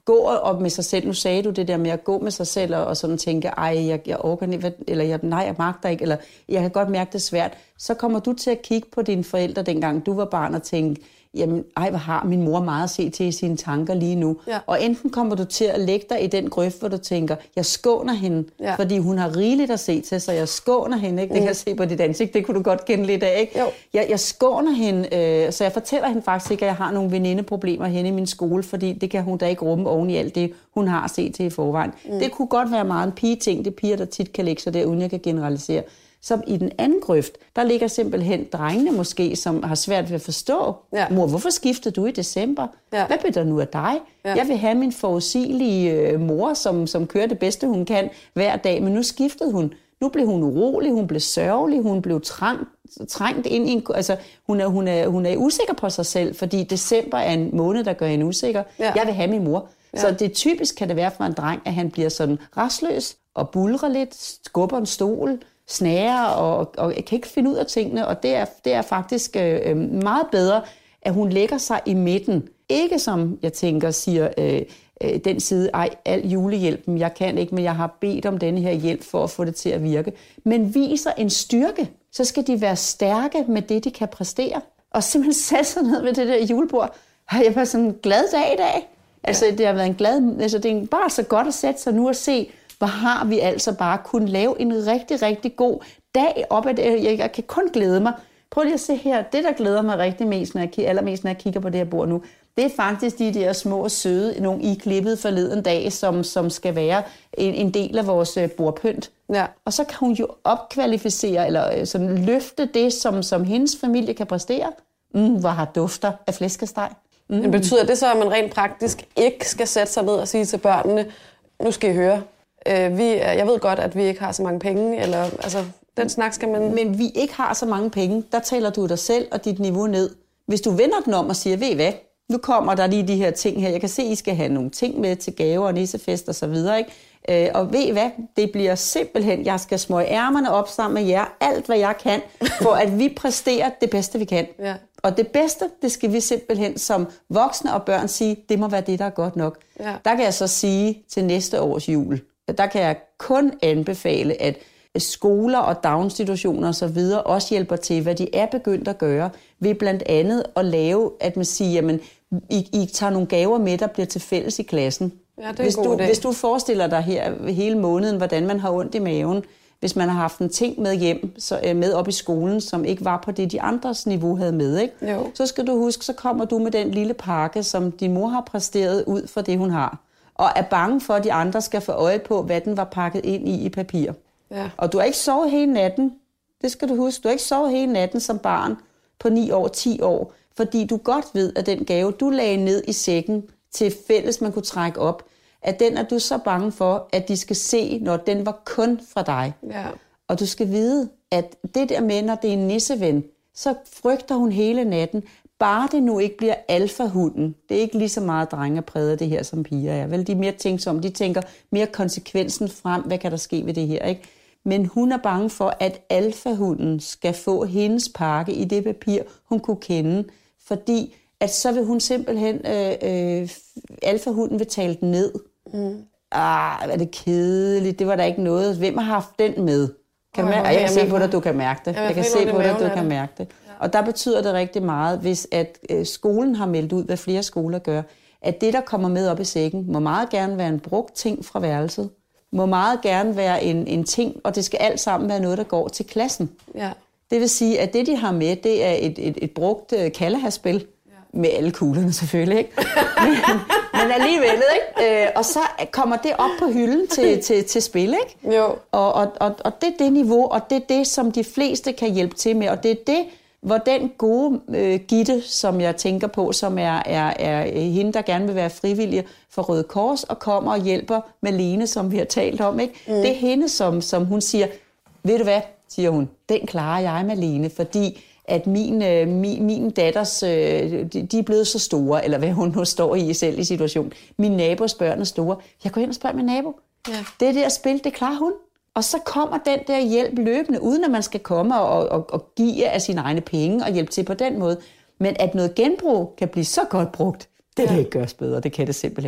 gå op med sig selv. Nu sagde du det der med at gå med sig selv og, og sådan tænke, ej, jeg, jeg orker ikke, eller jeg, nej, jeg magter ikke, eller jeg kan godt mærke det svært. Så kommer du til at kigge på dine forældre, dengang du var barn, og tænke, jamen, ej, hvor har min mor meget at se til i sine tanker lige nu. Ja. Og enten kommer du til at lægge dig i den grøft, hvor du tænker, jeg skåner hende, ja. fordi hun har rigeligt at se til, så jeg skåner hende, ikke? Det kan jeg se på dit ansigt, det kunne du godt kende lidt af, ikke? Jeg, jeg skåner hende, øh, så jeg fortæller hende faktisk ikke, at jeg har nogle venindeproblemer henne i min skole, fordi det kan hun da ikke rumme oven i alt det, hun har at se til i forvejen. Mm. Det kunne godt være meget en pige-ting, det er piger, der tit kan lægge sig der, uden jeg kan generalisere. Så i den anden grøft, der ligger simpelthen drengene måske, som har svært ved at forstå. Ja. Mor, hvorfor skiftede du i december? Ja. Hvad blev der nu af dig? Ja. Jeg vil have min forudsigelige øh, mor, som, som kører det bedste, hun kan hver dag, men nu skiftede hun. Nu blev hun urolig, hun blev sørgelig, hun blev trængt, trængt ind i en... Altså, hun er, hun, er, hun er usikker på sig selv, fordi december er en måned, der gør hende usikker. Ja. Jeg vil have min mor. Ja. Så det typisk kan det være for en dreng, at han bliver sådan rastløs og bulrer lidt, skubber en stol, snærer og, og kan ikke finde ud af tingene, og det er, det er faktisk øh, meget bedre, at hun lægger sig i midten. Ikke som, jeg tænker, siger øh, øh, den side, ej, al julehjælpen, jeg kan ikke, men jeg har bedt om denne her hjælp for at få det til at virke. Men viser en styrke, så skal de være stærke med det, de kan præstere. Og simpelthen sætte sig ned ved det der julebord. Har jeg været sådan en glad dag i dag? Altså, det har været en glad... Altså, det er bare så godt at sætte sig nu og se, hvor har vi altså bare kunnet lave en rigtig, rigtig god dag op ad det. Jeg kan kun glæde mig. Prøv lige at se her. Det, der glæder mig rigtig mest, når jeg, allermest, når jeg kigger på det her bord nu, det er faktisk de der små, søde, nogle I klippet forleden dag, som, som skal være en, en del af vores bordpynt. Ja. Og så kan hun jo opkvalificere, eller sådan løfte det, som, som hendes familie kan præstere. Mm, hvor har dufter af flæskesteg. Mm. Men betyder det så, at man rent praktisk ikke skal sætte sig ned og sige til børnene, nu skal I høre, øh, vi, jeg ved godt, at vi ikke har så mange penge, eller altså, den snak skal man... Men vi ikke har så mange penge, der taler du dig selv og dit niveau ned. Hvis du vender den om og siger, ved I hvad, nu kommer der lige de her ting her, jeg kan se, I skal have nogle ting med til gaver og nissefest og så videre, ikke? Øh, og ved I hvad, det bliver simpelthen, jeg skal smøge ærmerne op sammen med jer, alt hvad jeg kan, for at vi præsterer det bedste, vi kan. Ja. Og det bedste, det skal vi simpelthen som voksne og børn sige, det må være det, der er godt nok. Ja. Der kan jeg så sige til næste års jul, der kan jeg kun anbefale, at skoler og daginstitutioner og så videre også hjælper til, hvad de er begyndt at gøre, ved blandt andet at lave, at man siger, jamen, I, I tager nogle gaver med, der bliver til fælles i klassen. Ja, det er hvis, en god du, idé. hvis du forestiller dig her hele måneden, hvordan man har ondt i maven, hvis man har haft en ting med hjem, så, med op i skolen, som ikke var på det, de andres niveau havde med, ikke? Så skal du huske, så kommer du med den lille pakke, som din mor har præsteret ud fra det, hun har. Og er bange for, at de andre skal få øje på, hvad den var pakket ind i i papir. Ja. Og du har ikke sovet hele natten, det skal du huske, du har ikke sovet hele natten som barn på ni år, ti år, fordi du godt ved, at den gave, du lagde ned i sækken til fælles, man kunne trække op, at den er du så bange for, at de skal se, når den var kun fra dig. Ja. Og du skal vide, at det der med, når det er en nisseven, så frygter hun hele natten, bare det nu ikke bliver alfahunden. Det er ikke lige så meget drenge at præge det her, som piger er. Vel, de er mere tænksomme. De tænker mere konsekvensen frem. Hvad kan der ske ved det her, ikke? Men hun er bange for, at alfahunden skal få hendes pakke i det papir, hun kunne kende. Fordi at så vil hun simpelthen... Øh, øh, alfahunden vil tale den ned. Mm. Ah, er det kedeligt. Det var der ikke noget. Hvem har haft den med? Kan man, jeg kan se på dig, du kan mærke det. Jeg, jeg kan se på dig, du kan mærke det. Ja. Og der betyder det rigtig meget, hvis at øh, skolen har meldt ud, hvad flere skoler gør, at det, der kommer med op i sækken, må meget gerne være en brugt ting fra værelset. Må meget gerne være en, en ting, og det skal alt sammen være noget, der går til klassen. Ja. Det vil sige, at det, de har med, det er et, et, et brugt øh, Kalaha-spil. Med alle kuglerne selvfølgelig, ikke? Men, men alligevel, ikke? Øh, og så kommer det op på hylden til, til, til spil, ikke? Jo. Og, og, og, og det er det niveau, og det er det, som de fleste kan hjælpe til med. Og det er det, hvor den gode øh, Gitte, som jeg tænker på, som er, er, er hende, der gerne vil være frivillig for Røde Kors, og kommer og hjælper med Lene, som vi har talt om, ikke? Mm. Det er hende, som, som hun siger, ved du hvad, siger hun, den klarer jeg med Lene, fordi... at min, min, min datters, de er blevet så store, eller hvad hun nu står i selv i situationen. Min nabos børn er store. Jeg går ind og spørger min nabo. Ja. Det der spil, det klarer hun. Og så kommer den der hjælp løbende, uden at man skal komme og, og, og give af sine egne penge og hjælpe til på den måde. Men at noget genbrug kan blive så godt brugt, det kan ja. ikke gøres bedre. Det kan det simpelthen ikke.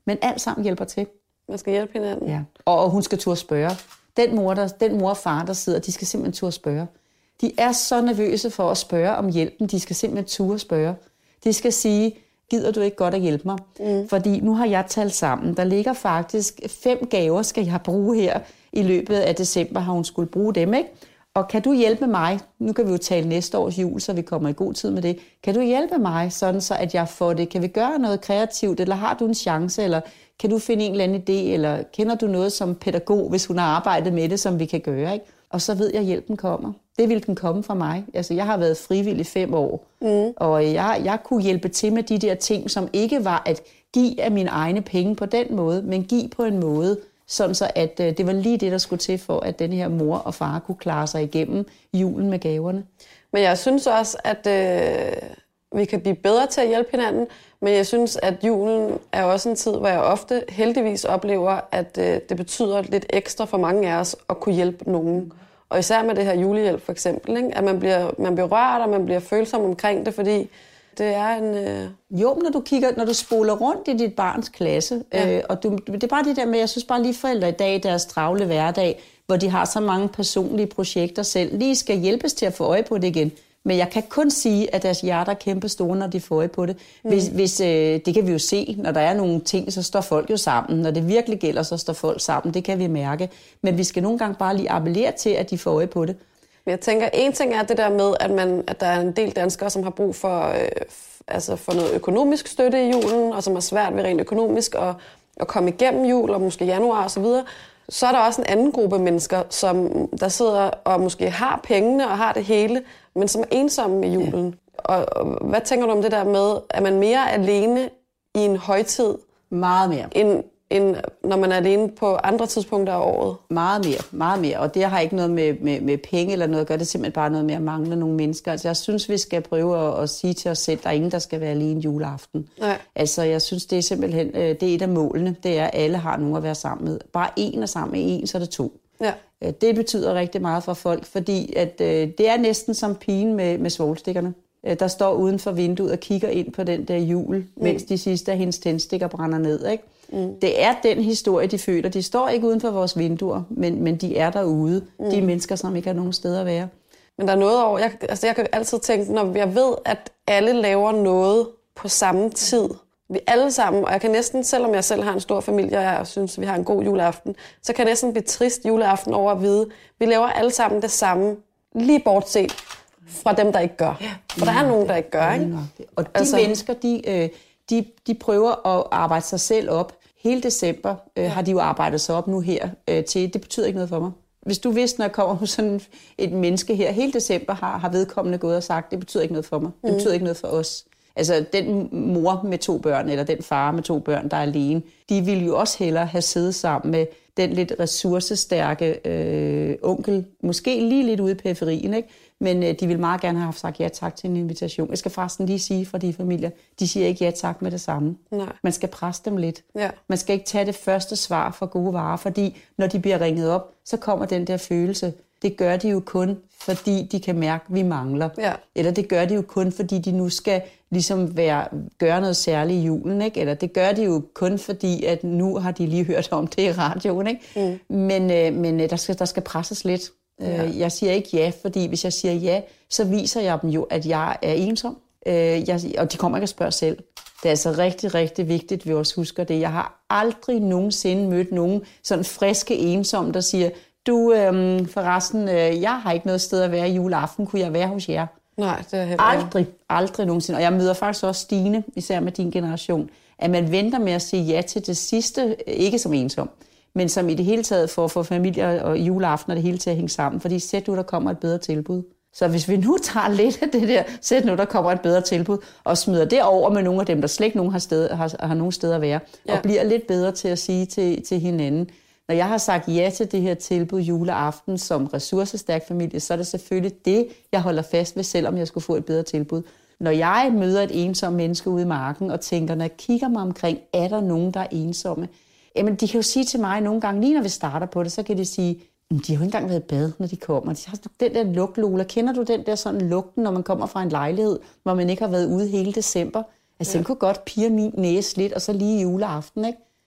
Men alt sammen hjælper til. Man skal hjælpe hinanden. Ja. Og hun skal turde spørge. Den mor, der, den mor og far, der sidder, de skal simpelthen turde spørge. De er så nervøse for at spørge om hjælpen. De skal simpelthen turde spørge. De skal sige, gider du ikke godt at hjælpe mig? Mm. Fordi nu har jeg talt sammen. Der ligger faktisk fem gaver, skal jeg bruge her i løbet af december, har hun skulle bruge dem, ikke? Og kan du hjælpe mig? Nu kan vi jo tale næste års jul, så vi kommer i god tid med det. Kan du hjælpe mig, sådan så at jeg får det? Kan vi gøre noget kreativt, eller har du en chance, eller kan du finde en eller anden idé, eller kender du noget som pædagog, hvis hun har arbejdet med det, som vi kan gøre, ikke? Og så ved jeg, at hjælpen kommer. Det vil den komme fra mig. Altså, jeg har været frivillig fem år, mm. og jeg, jeg kunne hjælpe til med de der ting, som ikke var at give af mine egne penge på den måde, men give på en måde, sådan så at øh, det var lige det, der skulle til for, at den her mor og far kunne klare sig igennem julen med gaverne. Men jeg synes også, at øh, vi kan blive bedre til at hjælpe hinanden, men jeg synes, at julen er også en tid, hvor jeg ofte heldigvis oplever, at øh, det betyder lidt ekstra for mange af os at kunne hjælpe nogen. Og især med det her julehjælp for eksempel, ikke? At man bliver, man bliver rørt, og man bliver følsom omkring det, fordi det er en... Øh... Jo, når du kigger, når du spoler rundt i dit barns klasse, ja. øh, og du, det er bare det der med, jeg synes bare lige forældre i dag, deres travle hverdag, hvor de har så mange personlige projekter selv, lige skal hjælpes til at få øje på det igen. Men jeg kan kun sige, at deres hjerter er kæmpe store, når de får øje på det. Hvis, mm. hvis, øh, det kan vi jo se, når der er nogle ting, så står folk jo sammen. Når det virkelig gælder, så står folk sammen. Det kan vi mærke. Men vi skal nogle gange bare lige appellere til, at de får øje på det. Jeg tænker, en ting er det der med, at, man, at der er en del danskere, som har brug for, øh, altså for noget økonomisk støtte i julen, og som har svært ved rent økonomisk at, at komme igennem jul, og måske januar osv. Så er der også en anden gruppe mennesker, som der sidder og måske har pengene og har det hele, men som er ensomme i julen. Ja. Og, og hvad tænker du om det der med, at man mere alene i en højtid? Meget mere. End, end når man er alene på andre tidspunkter af året? Meget mere, meget mere. Og det har ikke noget med, med, med penge eller noget at gøre. Det er simpelthen bare noget med at mangle nogle mennesker. Altså jeg synes, vi skal prøve at, at sige til os selv, at der er ingen, der skal være alene juleaften. Nej. Altså jeg synes, det er simpelthen det er et af målene. Det er, at alle har nogen at være sammen med. Bare en er sammen med en, så er det to. Ja. Det betyder rigtig meget for folk, fordi at, øh, det er næsten som pigen med, med svovlstikkerne, øh, der står uden for vinduet og kigger ind på den der jul, mm. mens de sidste af hendes tændstikker brænder ned. Ikke? Mm. Det er den historie, de føler. De står ikke uden for vores vinduer, men, men de er derude. Mm. De er mennesker, som ikke har nogen steder at være. Men der er noget over... Jeg, altså jeg kan altid tænke, når jeg ved, at alle laver noget på samme tid... Vi alle sammen, og jeg kan næsten, selvom jeg selv har en stor familie, og jeg synes, at vi har en god juleaften, så kan jeg næsten blive trist juleaften over at vide, at vi laver alle sammen det samme, lige bortset fra dem, der ikke gør. For der er nogen, der ikke gør, ikke? Og de altså, mennesker, de, de, de prøver at arbejde sig selv op. Hele december øh, har de jo arbejdet sig op nu her øh, til. Det betyder ikke noget for mig. Hvis du vidste, når jeg kommer hos sådan et menneske her, hele december har, har vedkommende gået og sagt, det betyder ikke noget for mig. Det betyder mm. ikke noget for os. Altså, den mor med to børn, eller den far med to børn, der er alene, de ville jo også hellere have siddet sammen med den lidt ressourcestærke øh, onkel, måske lige lidt ude i periferien, ikke? Men øh, de ville meget gerne have haft sagt ja tak til en invitation. Jeg skal forresten lige sige fra de familier, de siger ikke ja tak med det samme. Nej. Man skal presse dem lidt. Ja. Man skal ikke tage det første svar for gode varer, fordi når de bliver ringet op, så kommer den der følelse. Det gør de jo kun, fordi de kan mærke, at vi mangler. Ja. Eller det gør de jo kun, fordi de nu skal ligesom være, gøre noget særligt i julen. Ikke? Eller det gør de jo kun, fordi at nu har de lige hørt om det i radioen. Ikke? Mm. Men, øh, men der, skal, der skal presses lidt. Ja. Jeg siger ikke ja, fordi hvis jeg siger ja, så viser jeg dem jo, at jeg er ensom. Jeg, og de kommer ikke at spørge selv. Det er altså rigtig, rigtig vigtigt, at vi også husker det. Jeg har aldrig nogensinde mødt nogen sådan friske ensomme, der siger, du, øhm, forresten, øh, jeg har ikke noget sted at være i juleaften. Kunne jeg være hos jer? Nej, det er helt Aldrig, aldrig nogensinde. Og jeg møder faktisk også Stine, især med din generation, at man venter med at sige ja til det sidste, ikke som ensom, men som i det hele taget for at få familier og juleaften og det hele til at hænge sammen. Fordi sæt nu, der kommer et bedre tilbud. Så hvis vi nu tager lidt af det der, sæt nu, der kommer et bedre tilbud, og smider det over med nogle af dem, der slet ikke nogen har, sted, har, har nogen steder at være, ja. Og bliver lidt bedre til at sige til, til hinanden, når jeg har sagt ja til det her tilbud juleaften som ressourcestærk familie, så er det selvfølgelig det, jeg holder fast ved, selvom jeg skulle få et bedre tilbud. Når jeg møder et ensomt menneske ude i marken og tænker, når jeg kigger mig omkring, er der nogen, der er ensomme? Jamen, de kan jo sige til mig nogle gange, lige når vi starter på det, så kan de sige, de har jo ikke engang været i bad, når de kommer. De har den der lugt, Lola. Kender du den der sådan lugten, når man kommer fra en lejlighed, hvor man ikke har været ude hele december? Altså, ja. Den kunne godt pirre min næse lidt, og så lige juleaften, ikke?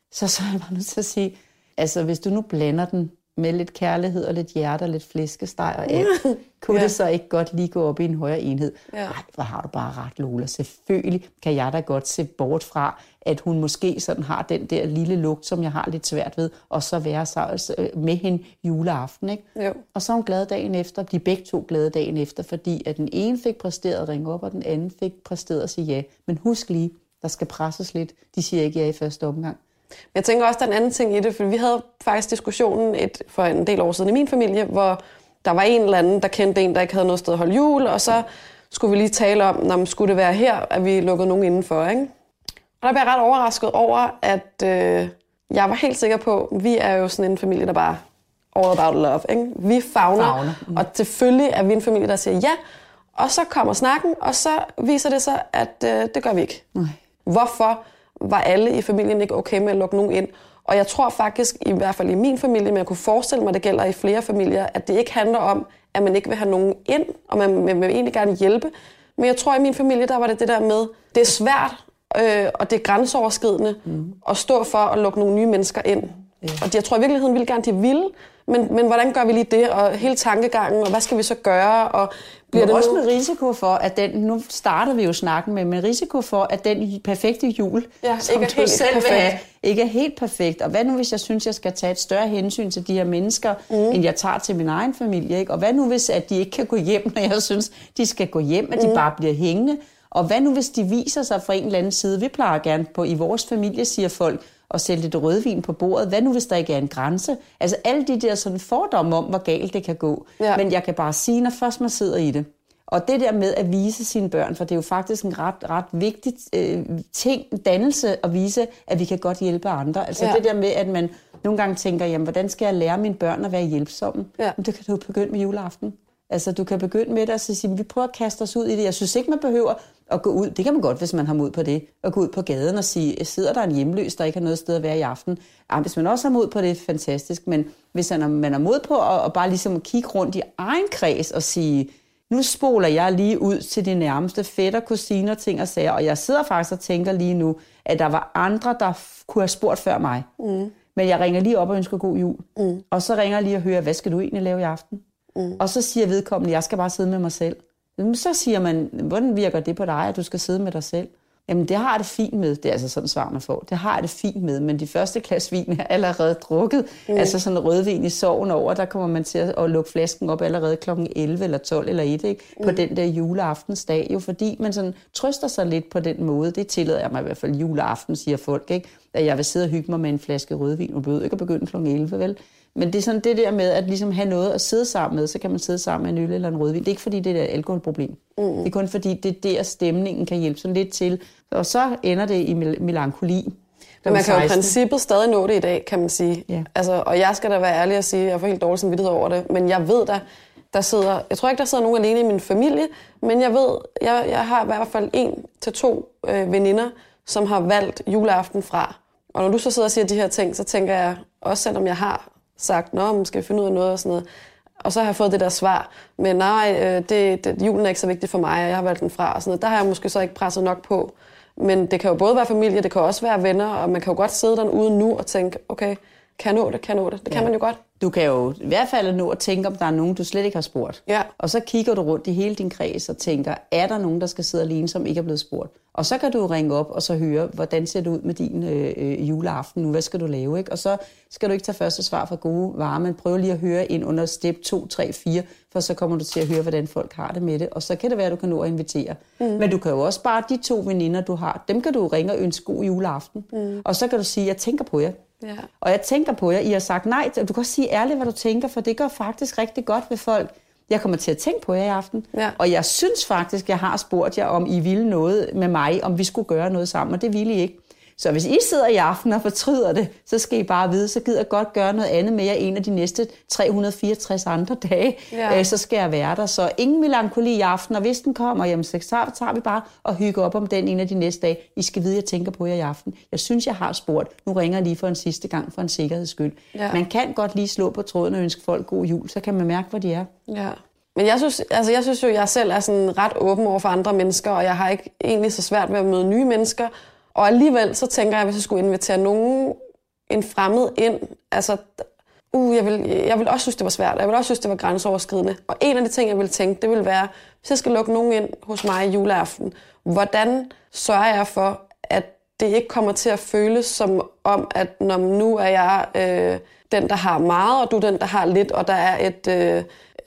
Så så er jeg bare nødt til at sige, altså hvis du nu blander den med lidt kærlighed og lidt hjerte og lidt flæskesteg og alt, kunne ja. det så ikke godt lige gå op i en højere enhed? Nej, ja. hvor har du bare ret, Lola. Selvfølgelig kan jeg da godt se bort fra, at hun måske sådan har den der lille lugt, som jeg har lidt svært ved, og så være så med hende juleaften, ikke? Jo. Og så er hun glad dagen efter, de begge to glade dagen efter, fordi at den ene fik præsteret at ringe op, og den anden fik præsteret at sige ja. Men husk lige, der skal presses lidt. De siger ikke ja i første omgang. Jeg tænker også, der er en anden ting i det, for vi havde faktisk diskussionen et, for en del år siden i min familie, hvor der var en eller anden, der kendte en, der ikke havde noget sted at holde jul, og så skulle vi lige tale om, når skulle det være her, at vi lukkede nogen indenfor, ikke? Og der blev jeg ret overrasket over, at øh, jeg var helt sikker på, at vi er jo sådan en familie, der bare all about love, ikke? Vi favner, favner. Mm. Og selvfølgelig er vi en familie, der siger ja, og så kommer snakken, og så viser det sig, at øh, det gør vi ikke. Nej. Hvorfor var alle i familien ikke okay med at lukke nogen ind? Og jeg tror faktisk, i hvert fald i min familie, men jeg kunne forestille mig, at det gælder i flere familier, at det ikke handler om, at man ikke vil have nogen ind, og man vil egentlig gerne hjælpe. Men jeg tror, i min familie, der var det det der med, det er svært, øh, og det er grænseoverskridende mm. at stå for at lukke nogle nye mennesker ind. Yeah. Og jeg tror i virkeligheden ville gerne, de ville, men, men hvordan gør vi lige det, og hele tankegangen, og hvad skal vi så gøre, og bliver det også nu? med risiko for, at den, nu starter vi jo snakken med, med risiko for, at den perfekte jul, ja, som ikke du selv vil have, ikke er helt perfekt. Og hvad nu, hvis jeg synes, jeg skal tage et større hensyn til de her mennesker, mm. end jeg tager til min egen familie, ikke? Og hvad nu, hvis at de ikke kan gå hjem, når jeg synes, de skal gå hjem, at de mm. bare bliver hængende? Og hvad nu, hvis de viser sig fra en eller anden side? Vi plejer gerne på, i vores familie, siger folk, og sætte lidt rødvin på bordet. Hvad nu, hvis der ikke er en grænse? Altså alle de der sådan fordomme om, hvor galt det kan gå. Ja. Men jeg kan bare sige, når først man sidder i det. Og det der med at vise sine børn, for det er jo faktisk en ret, ret vigtig øh, ting, dannelse at vise, at vi kan godt hjælpe andre. Altså ja. det der med, at man nogle gange tænker, jamen hvordan skal jeg lære mine børn at være hjælpsomme? Ja. Men det kan du jo begynde med juleaften. Altså du kan begynde med det og sige, vi prøver at kaste os ud i det. Jeg synes ikke, man behøver at gå ud. Det kan man godt, hvis man har mod på det. At gå ud på gaden og sige, sidder der en hjemløs, der ikke har noget sted at være i aften? Ja, hvis man også har mod på det, er fantastisk. Men hvis man er, man er mod på at, at bare ligesom kigge rundt i egen kreds og sige, nu spoler jeg lige ud til de nærmeste fætter, kusiner, ting og sager. Og jeg sidder faktisk og tænker lige nu, at der var andre, der kunne have spurgt før mig. Mm. Men jeg ringer lige op og ønsker god jul. Mm. Og så ringer jeg lige og hører, hvad skal du egentlig lave i aften? Mm. Og så siger vedkommende, jeg skal bare sidde med mig selv. Så siger man, hvordan virker det på dig, at du skal sidde med dig selv? Jamen, det har jeg det fint med. Det er altså sådan svar, man får. Det har jeg det fint med, men de første glas vin er allerede drukket. Mm. Altså sådan rødvin i soven over, der kommer man til at lukke flasken op allerede klokken elleve eller tolv eller et, ikke? På mm. den der juleaftensdag. Jo, fordi man sådan trøster sig lidt på den måde. Det tillader jeg mig i hvert fald juleaften, siger folk, ikke? At jeg vil sidde og hygge mig med en flaske rødvin, og behøver ikke at begynde klokken elleve, vel? Men det er sådan det der med at ligesom have noget at sidde sammen med, så kan man sidde sammen med en øl eller en rødvin. Det er ikke fordi, det er et alkoholproblem. Mm. Det er kun fordi, det er der stemningen kan hjælpe sådan lidt til. Og så ender det i melankoli. Men man kan jo i princippet stadig nå det i dag, kan man sige. Ja. Altså, og jeg skal da være ærlig og sige, at jeg får helt dårlig samvittighed over det. Men jeg ved da, der sidder, jeg tror ikke, der sidder nogen alene i min familie, men jeg ved, jeg, jeg har i hvert fald en til to øh, veninder, som har valgt juleaften fra. Og når du så sidder og siger de her ting, så tænker jeg, også selvom jeg har sagt, nå, man skal finde ud af noget og sådan noget. Og så har jeg fået det der svar, men nej, det, det, julen er ikke så vigtig for mig, og jeg har valgt den fra. Og sådan noget. Der har jeg måske så ikke presset nok på. Men det kan jo både være familie, det kan også være venner, og man kan jo godt sidde derude nu og tænke, okay, kan jeg nå det, kan jeg nå det? Det kan ja. man jo godt. Du kan jo i hvert fald nå at tænke, om der er nogen, du slet ikke har spurgt. Ja. Og så kigger du rundt i hele din kreds og tænker, er der nogen, der skal sidde alene, som ikke er blevet spurgt? Og så kan du ringe op og så høre, hvordan ser det ud med din øh, juleaften nu? Hvad skal du lave? Ikke? Og så skal du ikke tage første svar fra gode varer, men prøv lige at høre ind under step to, tre, fire, for så kommer du til at høre, hvordan folk har det med det. Og så kan det være, at du kan nå at invitere. Mm. Men du kan jo også bare, de to veninder, du har, dem kan du ringe og ønske god juleaften. Mm. Og så kan du sige, jeg tænker på jer. Ja. Og jeg tænker på jer, I har sagt nej. Du kan også sige ærligt, hvad du tænker, for det gør faktisk rigtig godt ved folk. Jeg kommer til at tænke på jer i aften. Ja. Og jeg synes faktisk, jeg har spurgt jer, om I ville noget med mig, om vi skulle gøre noget sammen, og det ville I ikke. Så hvis I sidder i aften og fortryder det, så skal I bare vide, så gider jeg godt gøre noget andet med jer en af de næste tre hundrede og fireogtres andre dage. Ja. Øh, så skal jeg være der. Så ingen melankoli i aften, og hvis den kommer, jamen, så tager vi bare og hygger op om den en af de næste dage. I skal vide, at jeg tænker på jer i aften. Jeg synes, jeg har spurgt. Nu ringer jeg lige for en sidste gang for en sikkerheds skyld. Ja. Man kan godt lige slå på tråden og ønske folk god jul, så kan man mærke, hvor de er. Ja. Men jeg synes, altså jeg synes jo, at jeg selv er sådan ret åben over for andre mennesker, og jeg har ikke egentlig så svært ved at møde nye mennesker. Og alligevel så tænker jeg, at hvis jeg skulle invitere nogen en fremmed ind, altså, uh, jeg vil, jeg vil også synes, det var svært. Jeg vil også synes, det var grænseoverskridende. Og en af de ting, jeg vil tænke, det vil være, hvis jeg skal lukke nogen ind hos mig i juleaften, hvordan sørger jeg for, at det ikke kommer til at føles som om, at når nu er jeg øh, den, der har meget, og du er den, der har lidt, og der er et, øh,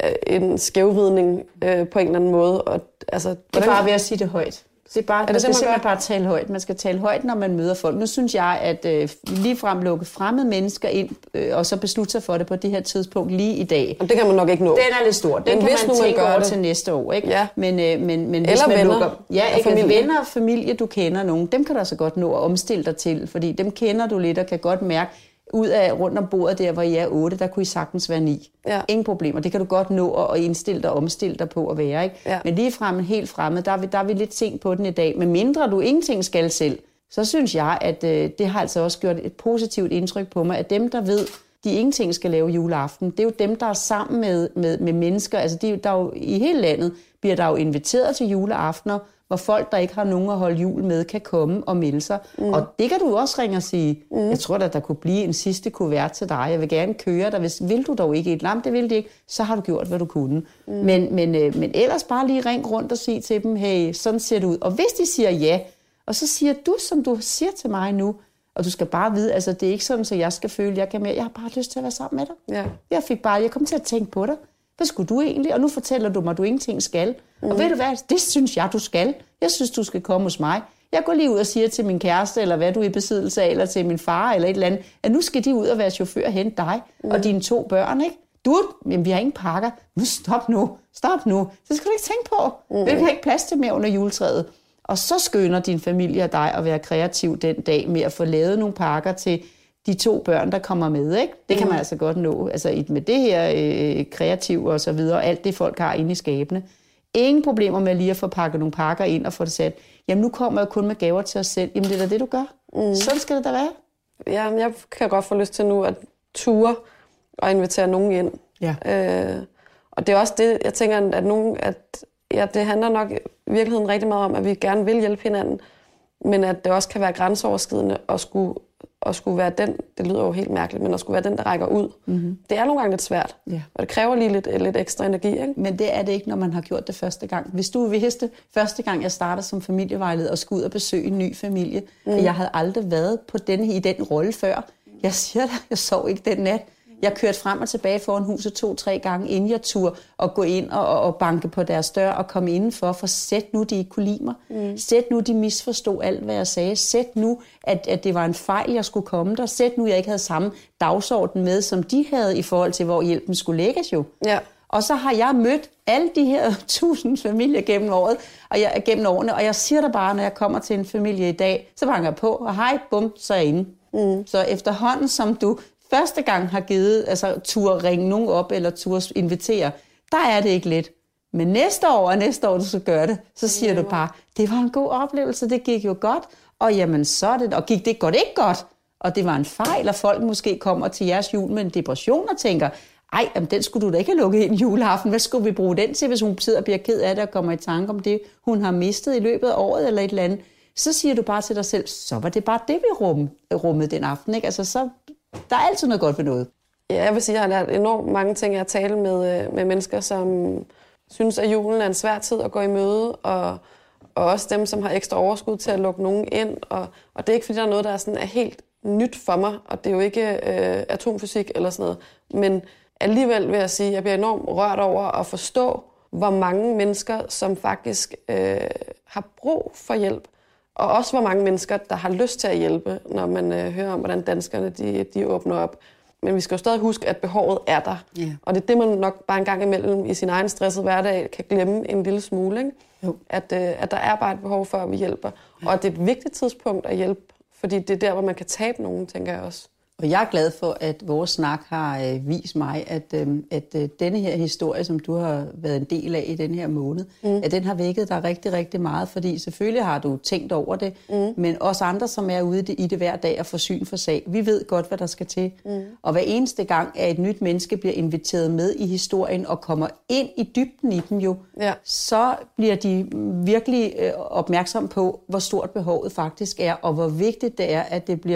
en skævvidning øh, på en eller anden måde. Og, altså, det er bare ved at sige det højt. Det er bare, er det man skal det, man simpelthen gør? bare tale højt. Man skal tale højt, når man møder folk. Nu synes jeg, at øh, ligefrem lukke fremmede mennesker ind, øh, og så beslutte sig for det på det her tidspunkt lige i dag. Og det kan man nok ikke nå. Den er lidt stor. Den men kan hvis man nu tænke man gør over det. til næste år. Ikke? Ja. Men, øh, men, men hvis Eller man venner lukker, ja, og ikke? familie. Venner og familie, du kender nogen, dem kan du altså godt nå at omstille dig til, fordi dem kender du lidt og kan godt mærke, ud af rundt om bordet der, hvor I er otte, der kunne I sagtens være ni. Ja. Ingen problemer. Det kan du godt nå at indstille dig og omstille dig på at være. Ikke? Ja. Men lige frem, helt fremme, der er, vi, der er vi lidt sent på den i dag. Men mindre du ingenting skal selv, så synes jeg, at øh, det har altså også gjort et positivt indtryk på mig, at dem, der ved, de ingenting skal lave juleaften, det er jo dem, der er sammen med, med, med mennesker. Altså, de, der er jo, i hele landet bliver der jo inviteret til juleaftener, hvor folk, der ikke har nogen at holde jul med, kan komme og melde sig. Mm. Og det kan du også ringe og sige, mm. jeg tror da, der kunne blive en sidste kuvert til dig. Jeg vil gerne køre dig. Hvis vil du dog ikke et lam, det vil de ikke, så har du gjort, hvad du kunne. Mm. Men, men, øh, men ellers bare lige ring rundt og sige til dem, hey, sådan ser det ud. Og hvis de siger ja, og så siger du, som du siger til mig nu, og du skal bare vide, altså det er ikke sådan, så jeg skal føle, jeg kan mere. Jeg har bare lyst til at være sammen med dig. Ja. Jeg fik bare, jeg kom til at tænke på dig. Hvad skulle du egentlig? Og nu fortæller du mig, at du ingenting skal. Mm. Og ved du hvad? Det synes jeg, du skal. Jeg synes, du skal komme hos mig. Jeg går lige ud og siger til min kæreste, eller hvad du er i besiddelse af, eller til min far, eller et eller andet, at nu skal de ud og være chauffør og hente dig mm. og dine to børn, ikke? Du, jamen, vi har ingen pakker. Nu stop nu. Stop nu. Det skal du ikke tænke på. Mm. Vi har ikke plads til mere under juletræet. Og så skynder din familie og dig at være kreativ den dag med at få lavet nogle pakker til de to børn, der kommer med, ikke? Det kan man altså godt nå. Altså med det her øh, kreativ og så videre, alt det folk har inde i skabene. Ingen problemer med lige at få pakket nogle pakker ind og få det sat. Jamen nu kommer jeg kun med gaver til os selv. Jamen det er da det, du gør. Mm. Sådan skal det da være. Ja, jeg kan godt få lyst til nu at ture og invitere nogen ind. Ja. Øh, og det er også det, jeg tænker, at, nogen, at ja, det handler nok i virkeligheden rigtig meget om, at vi gerne vil hjælpe hinanden, men at det også kan være grænseoverskridende at skulle, at skulle være den, det lyder jo helt mærkeligt, men at skulle være den, der rækker ud. Mm-hmm. Det er nogle gange lidt svært, ja. Og det kræver lige lidt, lidt ekstra energi. Ikke? Men det er det ikke, når man har gjort det første gang. Hvis du vidste, første gang jeg startede som familievejleder og skulle ud og besøge en ny familie, mm. og jeg havde aldrig været på den, i den rolle før. Jeg siger dig, jeg sov ikke den nat. Jeg kørte frem og tilbage foran huset to-tre gange, inden jeg turde og gå ind og, og banke på deres dør og komme indenfor, for sæt nu, de ikke kunne lide mig. Mm. Sæt nu, de misforstod alt, hvad jeg sagde. Sæt nu, at, at det var en fejl, jeg skulle komme der. Sæt nu, jeg ikke havde samme dagsorden med, som de havde i forhold til, hvor hjælpen skulle lægges jo. Ja. Og så har jeg mødt alle de her tusind familier gennem året, og jeg, gennem årene, og jeg siger dig bare, når jeg kommer til en familie i dag, så banker jeg på, og hej, bum, så er jeg inde. Mm. Så efterhånden, som du første gang har givet, altså tur ringe nogen op, eller tur invitere, der er det ikke let. Men næste år, og næste år, du skal gøre det, så siger ja. du bare, det var en god oplevelse, det gik jo godt, og jamen så er det, og gik det godt ikke godt, og det var en fejl, og folk måske kommer til jeres jul med en depression og tænker, ej, jamen, den skulle du da ikke have lukket ind juleaften, hvad skulle vi bruge den til, hvis hun sidder og bliver ked af det, og kommer i tanke om det, hun har mistet i løbet af året, eller et eller andet. Så siger du bare til dig selv, så var det bare det, vi rum, rummede den aften, ikke? Altså, så der er altid noget godt ved noget. Ja, jeg vil sige, at jeg har lært enormt mange ting. Jeg har talt med, med mennesker, som synes, at julen er en svær tid at gå i møde, og, og også dem, som har ekstra overskud til at lukke nogen ind. Og, og det er ikke, fordi der er noget, der er, sådan, er helt nyt for mig, og det er jo ikke øh, atomfysik eller sådan noget. Men alligevel vil jeg sige, at jeg bliver enormt rørt over at forstå, hvor mange mennesker, som faktisk øh, har brug for hjælp, og også hvor mange mennesker, der har lyst til at hjælpe, når man øh, hører om, hvordan danskerne de, de åbner op. Men vi skal jo stadig huske, at behovet er der. Yeah. Og det er det, man nok bare en gang imellem i sin egen stressede hverdag kan glemme en lille smule. Ikke? Jo. At, øh, at der er bare et behov for, at vi hjælper. Ja. Og at det er et vigtigt tidspunkt at hjælpe, fordi det er der, hvor man kan tabe nogen, tænker jeg også. Og jeg er glad for, at vores snak har øh, vist mig, at, øh, at øh, denne her historie, som du har været en del af i den her måned, mm. at den har vækket dig rigtig, rigtig meget. Fordi selvfølgelig har du tænkt over det, mm. men også andre, som er ude i det, i det hver dag og får syn for sag. Vi ved godt, hvad der skal til. Mm. Og hver eneste gang, at et nyt menneske bliver inviteret med i historien og kommer ind i dybden i dem jo, ja. så bliver de virkelig øh, opmærksom på, hvor stort behovet faktisk er, og hvor vigtigt det er, at det bliver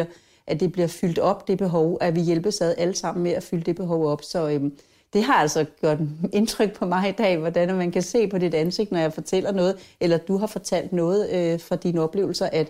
at det bliver fyldt op, det behov, at vi hjælpes ad alle sammen med at fylde det behov op. Så øhm, det har altså gjort indtryk på mig i dag, hvordan man kan se på dit ansigt, når jeg fortæller noget, eller du har fortalt noget øh, fra dine oplevelser, at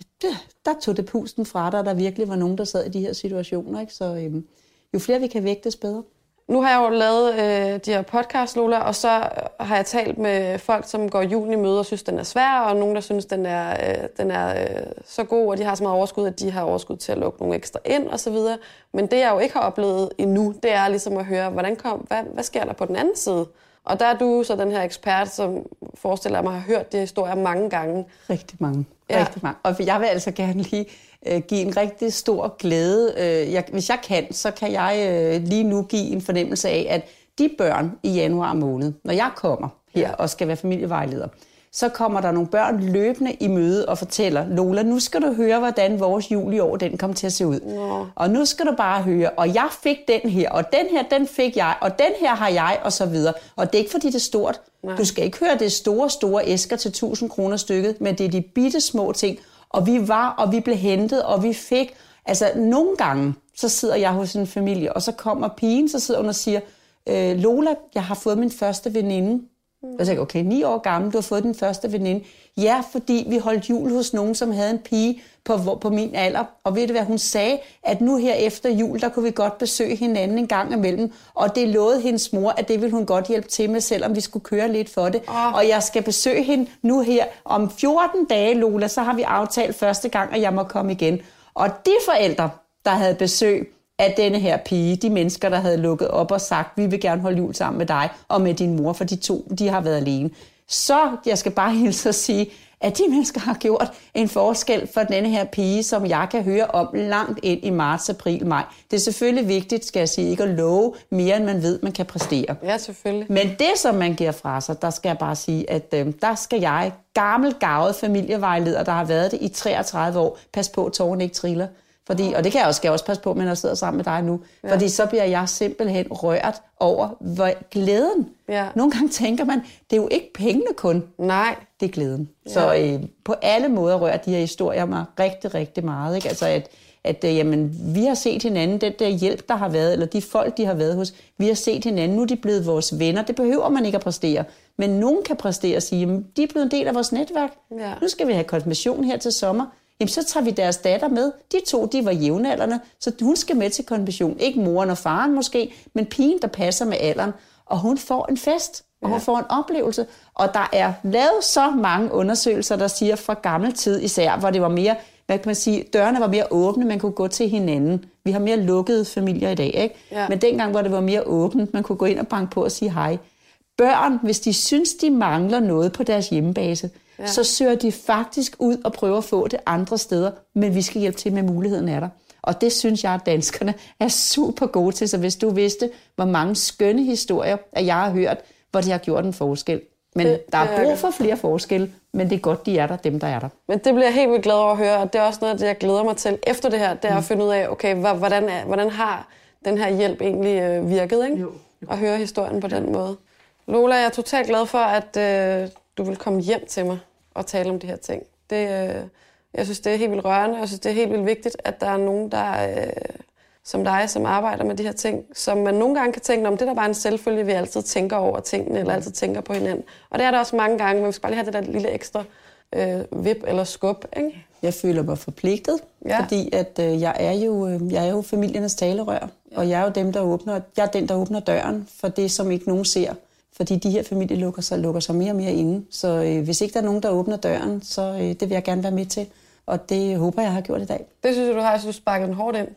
der tog det pusten fra dig, der virkelig var nogen, der sad i de her situationer. Ikke? Så øhm, jo flere vi kan vægtes, bedre. Nu har jeg jo lavet øh, de her podcast, Lola, og så har jeg talt med folk, som går julen i møde og synes, den er svær, og nogen, der synes, den er, øh, den er øh, så god, og de har så meget overskud, at de har overskud til at lukke nogle ekstra ind og så videre. Men det, jeg jo ikke har oplevet endnu, det er ligesom at høre, hvordan kom, hvad, hvad sker der på den anden side? Og der er du så den her ekspert, som forestiller mig har hørt de historier mange gange. Rigtig mange. Ja. Rigtig mange. Og jeg vil altså gerne lige øh, give en rigtig stor glæde. Øh, jeg, hvis jeg kan, så kan jeg øh, lige nu give en fornemmelse af, at de børn i januar måned, når jeg kommer her og skal være familievejleder, så kommer der nogle børn løbende i møde og fortæller, Lola, nu skal du høre, hvordan vores jul i år, den kom til at se ud. Ja. Og nu skal du bare høre, og jeg fik den her, og den her, den fik jeg, og den her har jeg, og så videre. Og det er ikke, fordi det er stort. Nej. Du skal ikke høre det store, store æsker til tusind kroner stykket, men det er de bitte små ting. Og vi var, og vi blev hentet, og vi fik. Altså, nogle gange, så sidder jeg hos en familie, og så kommer pigen, så sidder hun og siger, øh, Lola, jeg har fået min første veninde. Jeg sagde, okay, ni år gammel, du har fået din første veninde. Ja, fordi vi holdt jul hos nogen, som havde en pige på, på min alder. Og ved du hvad, hun sagde, at nu her efter jul, der kunne vi godt besøge hinanden en gang imellem. Og det lovede hendes mor, at det ville hun godt hjælpe til med, selvom vi skulle køre lidt for det. Oh. Og jeg skal besøge hende nu her om fjorten dage, Lola, så har vi aftalt første gang, at jeg må komme igen. Og de forældre, der havde besøg af denne her pige, de mennesker, der havde lukket op og sagt, vi vil gerne holde jul sammen med dig og med din mor, for de to, de har været alene. Så jeg skal bare hilse at sige, at de mennesker har gjort en forskel for denne her pige, som jeg kan høre om langt ind i marts, april, maj. Det er selvfølgelig vigtigt, skal jeg sige, ikke at love mere, end man ved, man kan præstere. Ja, selvfølgelig. Men det, som man giver fra sig, der skal jeg bare sige, at øh, der skal jeg, gammel, gavet familievejleder, der har været det i treogtredive år, pas på, at tårerne ikke triller. Fordi, og det kan jeg også, skal jeg også passe på, når jeg sidder sammen med dig nu. Ja. Fordi så bliver jeg simpelthen rørt over hvor glæden. Ja. Nogle gange tænker man, det er jo ikke pengene kun. Nej. Det er glæden. Ja. Så øh, på alle måder rører de her historier mig rigtig, rigtig meget. Ikke? Altså at, at øh, jamen, vi har set hinanden, den der hjælp, der har været, eller de folk, de har været hos, vi har set hinanden, nu er de blevet vores venner. Det behøver man ikke at præstere. Men nogen kan præstere og sige, jamen, de er blevet en del af vores netværk. Ja. Nu skal vi have konfirmation her til sommer. Jamen, så tager vi deres datter med. De to, de var jævnaldrende, så hun skal med til konfirmation. Ikke moren og faren måske, men pigen, der passer med alderen. Og hun får en fest, og ja. Hun får en oplevelse. Og der er lavet så mange undersøgelser, der siger fra gammel tid især, hvor det var mere, hvad kan man sige, dørene var mere åbne, man kunne gå til hinanden. Vi har mere lukkede familier i dag, ikke? Ja. Men dengang, hvor det var mere åbent, man kunne gå ind og banke på og sige hej. Børn, hvis de synes, de mangler noget på deres hjemmebase, ja. Så søger de faktisk ud og prøver at få det andre steder, men vi skal hjælpe til med muligheden af der. Og det synes jeg, at danskerne er super gode til. Så hvis du vidste, hvor mange skønne historier, at jeg har hørt, hvor de har gjort en forskel. Men det, der er brug for flere forskelle, men det er godt, de er der, dem der er der. Men det bliver jeg helt vildt glad over at høre, og det er også noget, det jeg glæder mig til efter det her, det er mm. at finde ud af, okay, hvordan, er, hvordan har den her hjælp egentlig virket, ikke? Jo, jo. At høre historien på den måde. Lola, jeg er totalt glad for, at øh, du vil komme hjem til mig og tale om de her ting. Det, øh, jeg synes, det er helt vildt rørende, og jeg synes, det er helt vildt vigtigt, at der er nogen, der, øh, som dig, som arbejder med de her ting, som man nogle gange kan tænke, om det er bare en selvfølge, vi altid tænker over tingene, eller altid tænker på hinanden. Og det er der også mange gange, men vi skal bare lige have det der lille ekstra øh, vip eller skub, ikke? Jeg føler mig forpligtet, ja. Fordi at, øh, jeg, er jo, øh, jeg er jo familiernes talerør, ja. Og jeg er jo dem, der åbner, jeg er den, der åbner døren for det, som ikke nogen ser. Fordi de her familier lukker sig, lukker sig mere og mere inde. Så øh, hvis ikke der er nogen, der åbner døren, så øh, det vil jeg gerne være med til. Og det håber jeg har gjort i dag. Det synes jeg, du har. Jeg synes, du sparket den hårdt ind.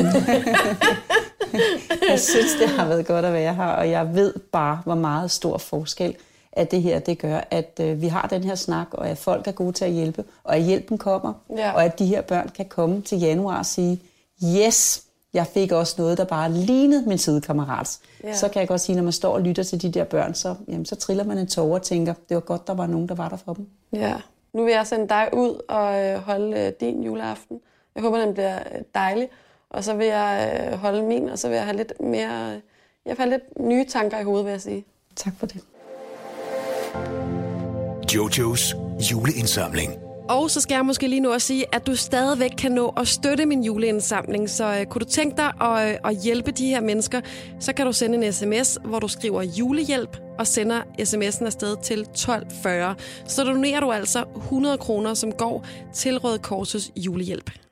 Jeg synes, det har været godt at være her. Og jeg ved bare, hvor meget stor forskel at det her det gør. At øh, vi har den her snak, og at folk er gode til at hjælpe. Og at hjælpen kommer. Ja. Og at de her børn kan komme til januar og sige, yes, jeg fik også noget, der bare lignede min sidekammerats. Yeah. Så kan jeg godt sige, når man står og lytter til de der børn, så, jamen, så triller man en tårer og tænker, det var godt, der var nogen, der var der for dem. Ja. Nu vil jeg sende dig ud og holde din juleaften. Jeg håber, den bliver dejlig. Og så vil jeg holde min, og så vil jeg have lidt mere, jeg vil have lidt nye tanker i hovedet, vil jeg sige. Tak for det. Jojos juleindsamling. Og så skal jeg måske lige nu også sige, at du stadigvæk kan nå at støtte min juleindsamling. Så øh, kunne du tænke dig at, øh, at hjælpe de her mennesker, så kan du sende en sms, hvor du skriver julehjælp, og sender sms'en afsted til tolv fyrre. Så donerer du altså hundrede kroner, som går til Røde Korsets julehjælp.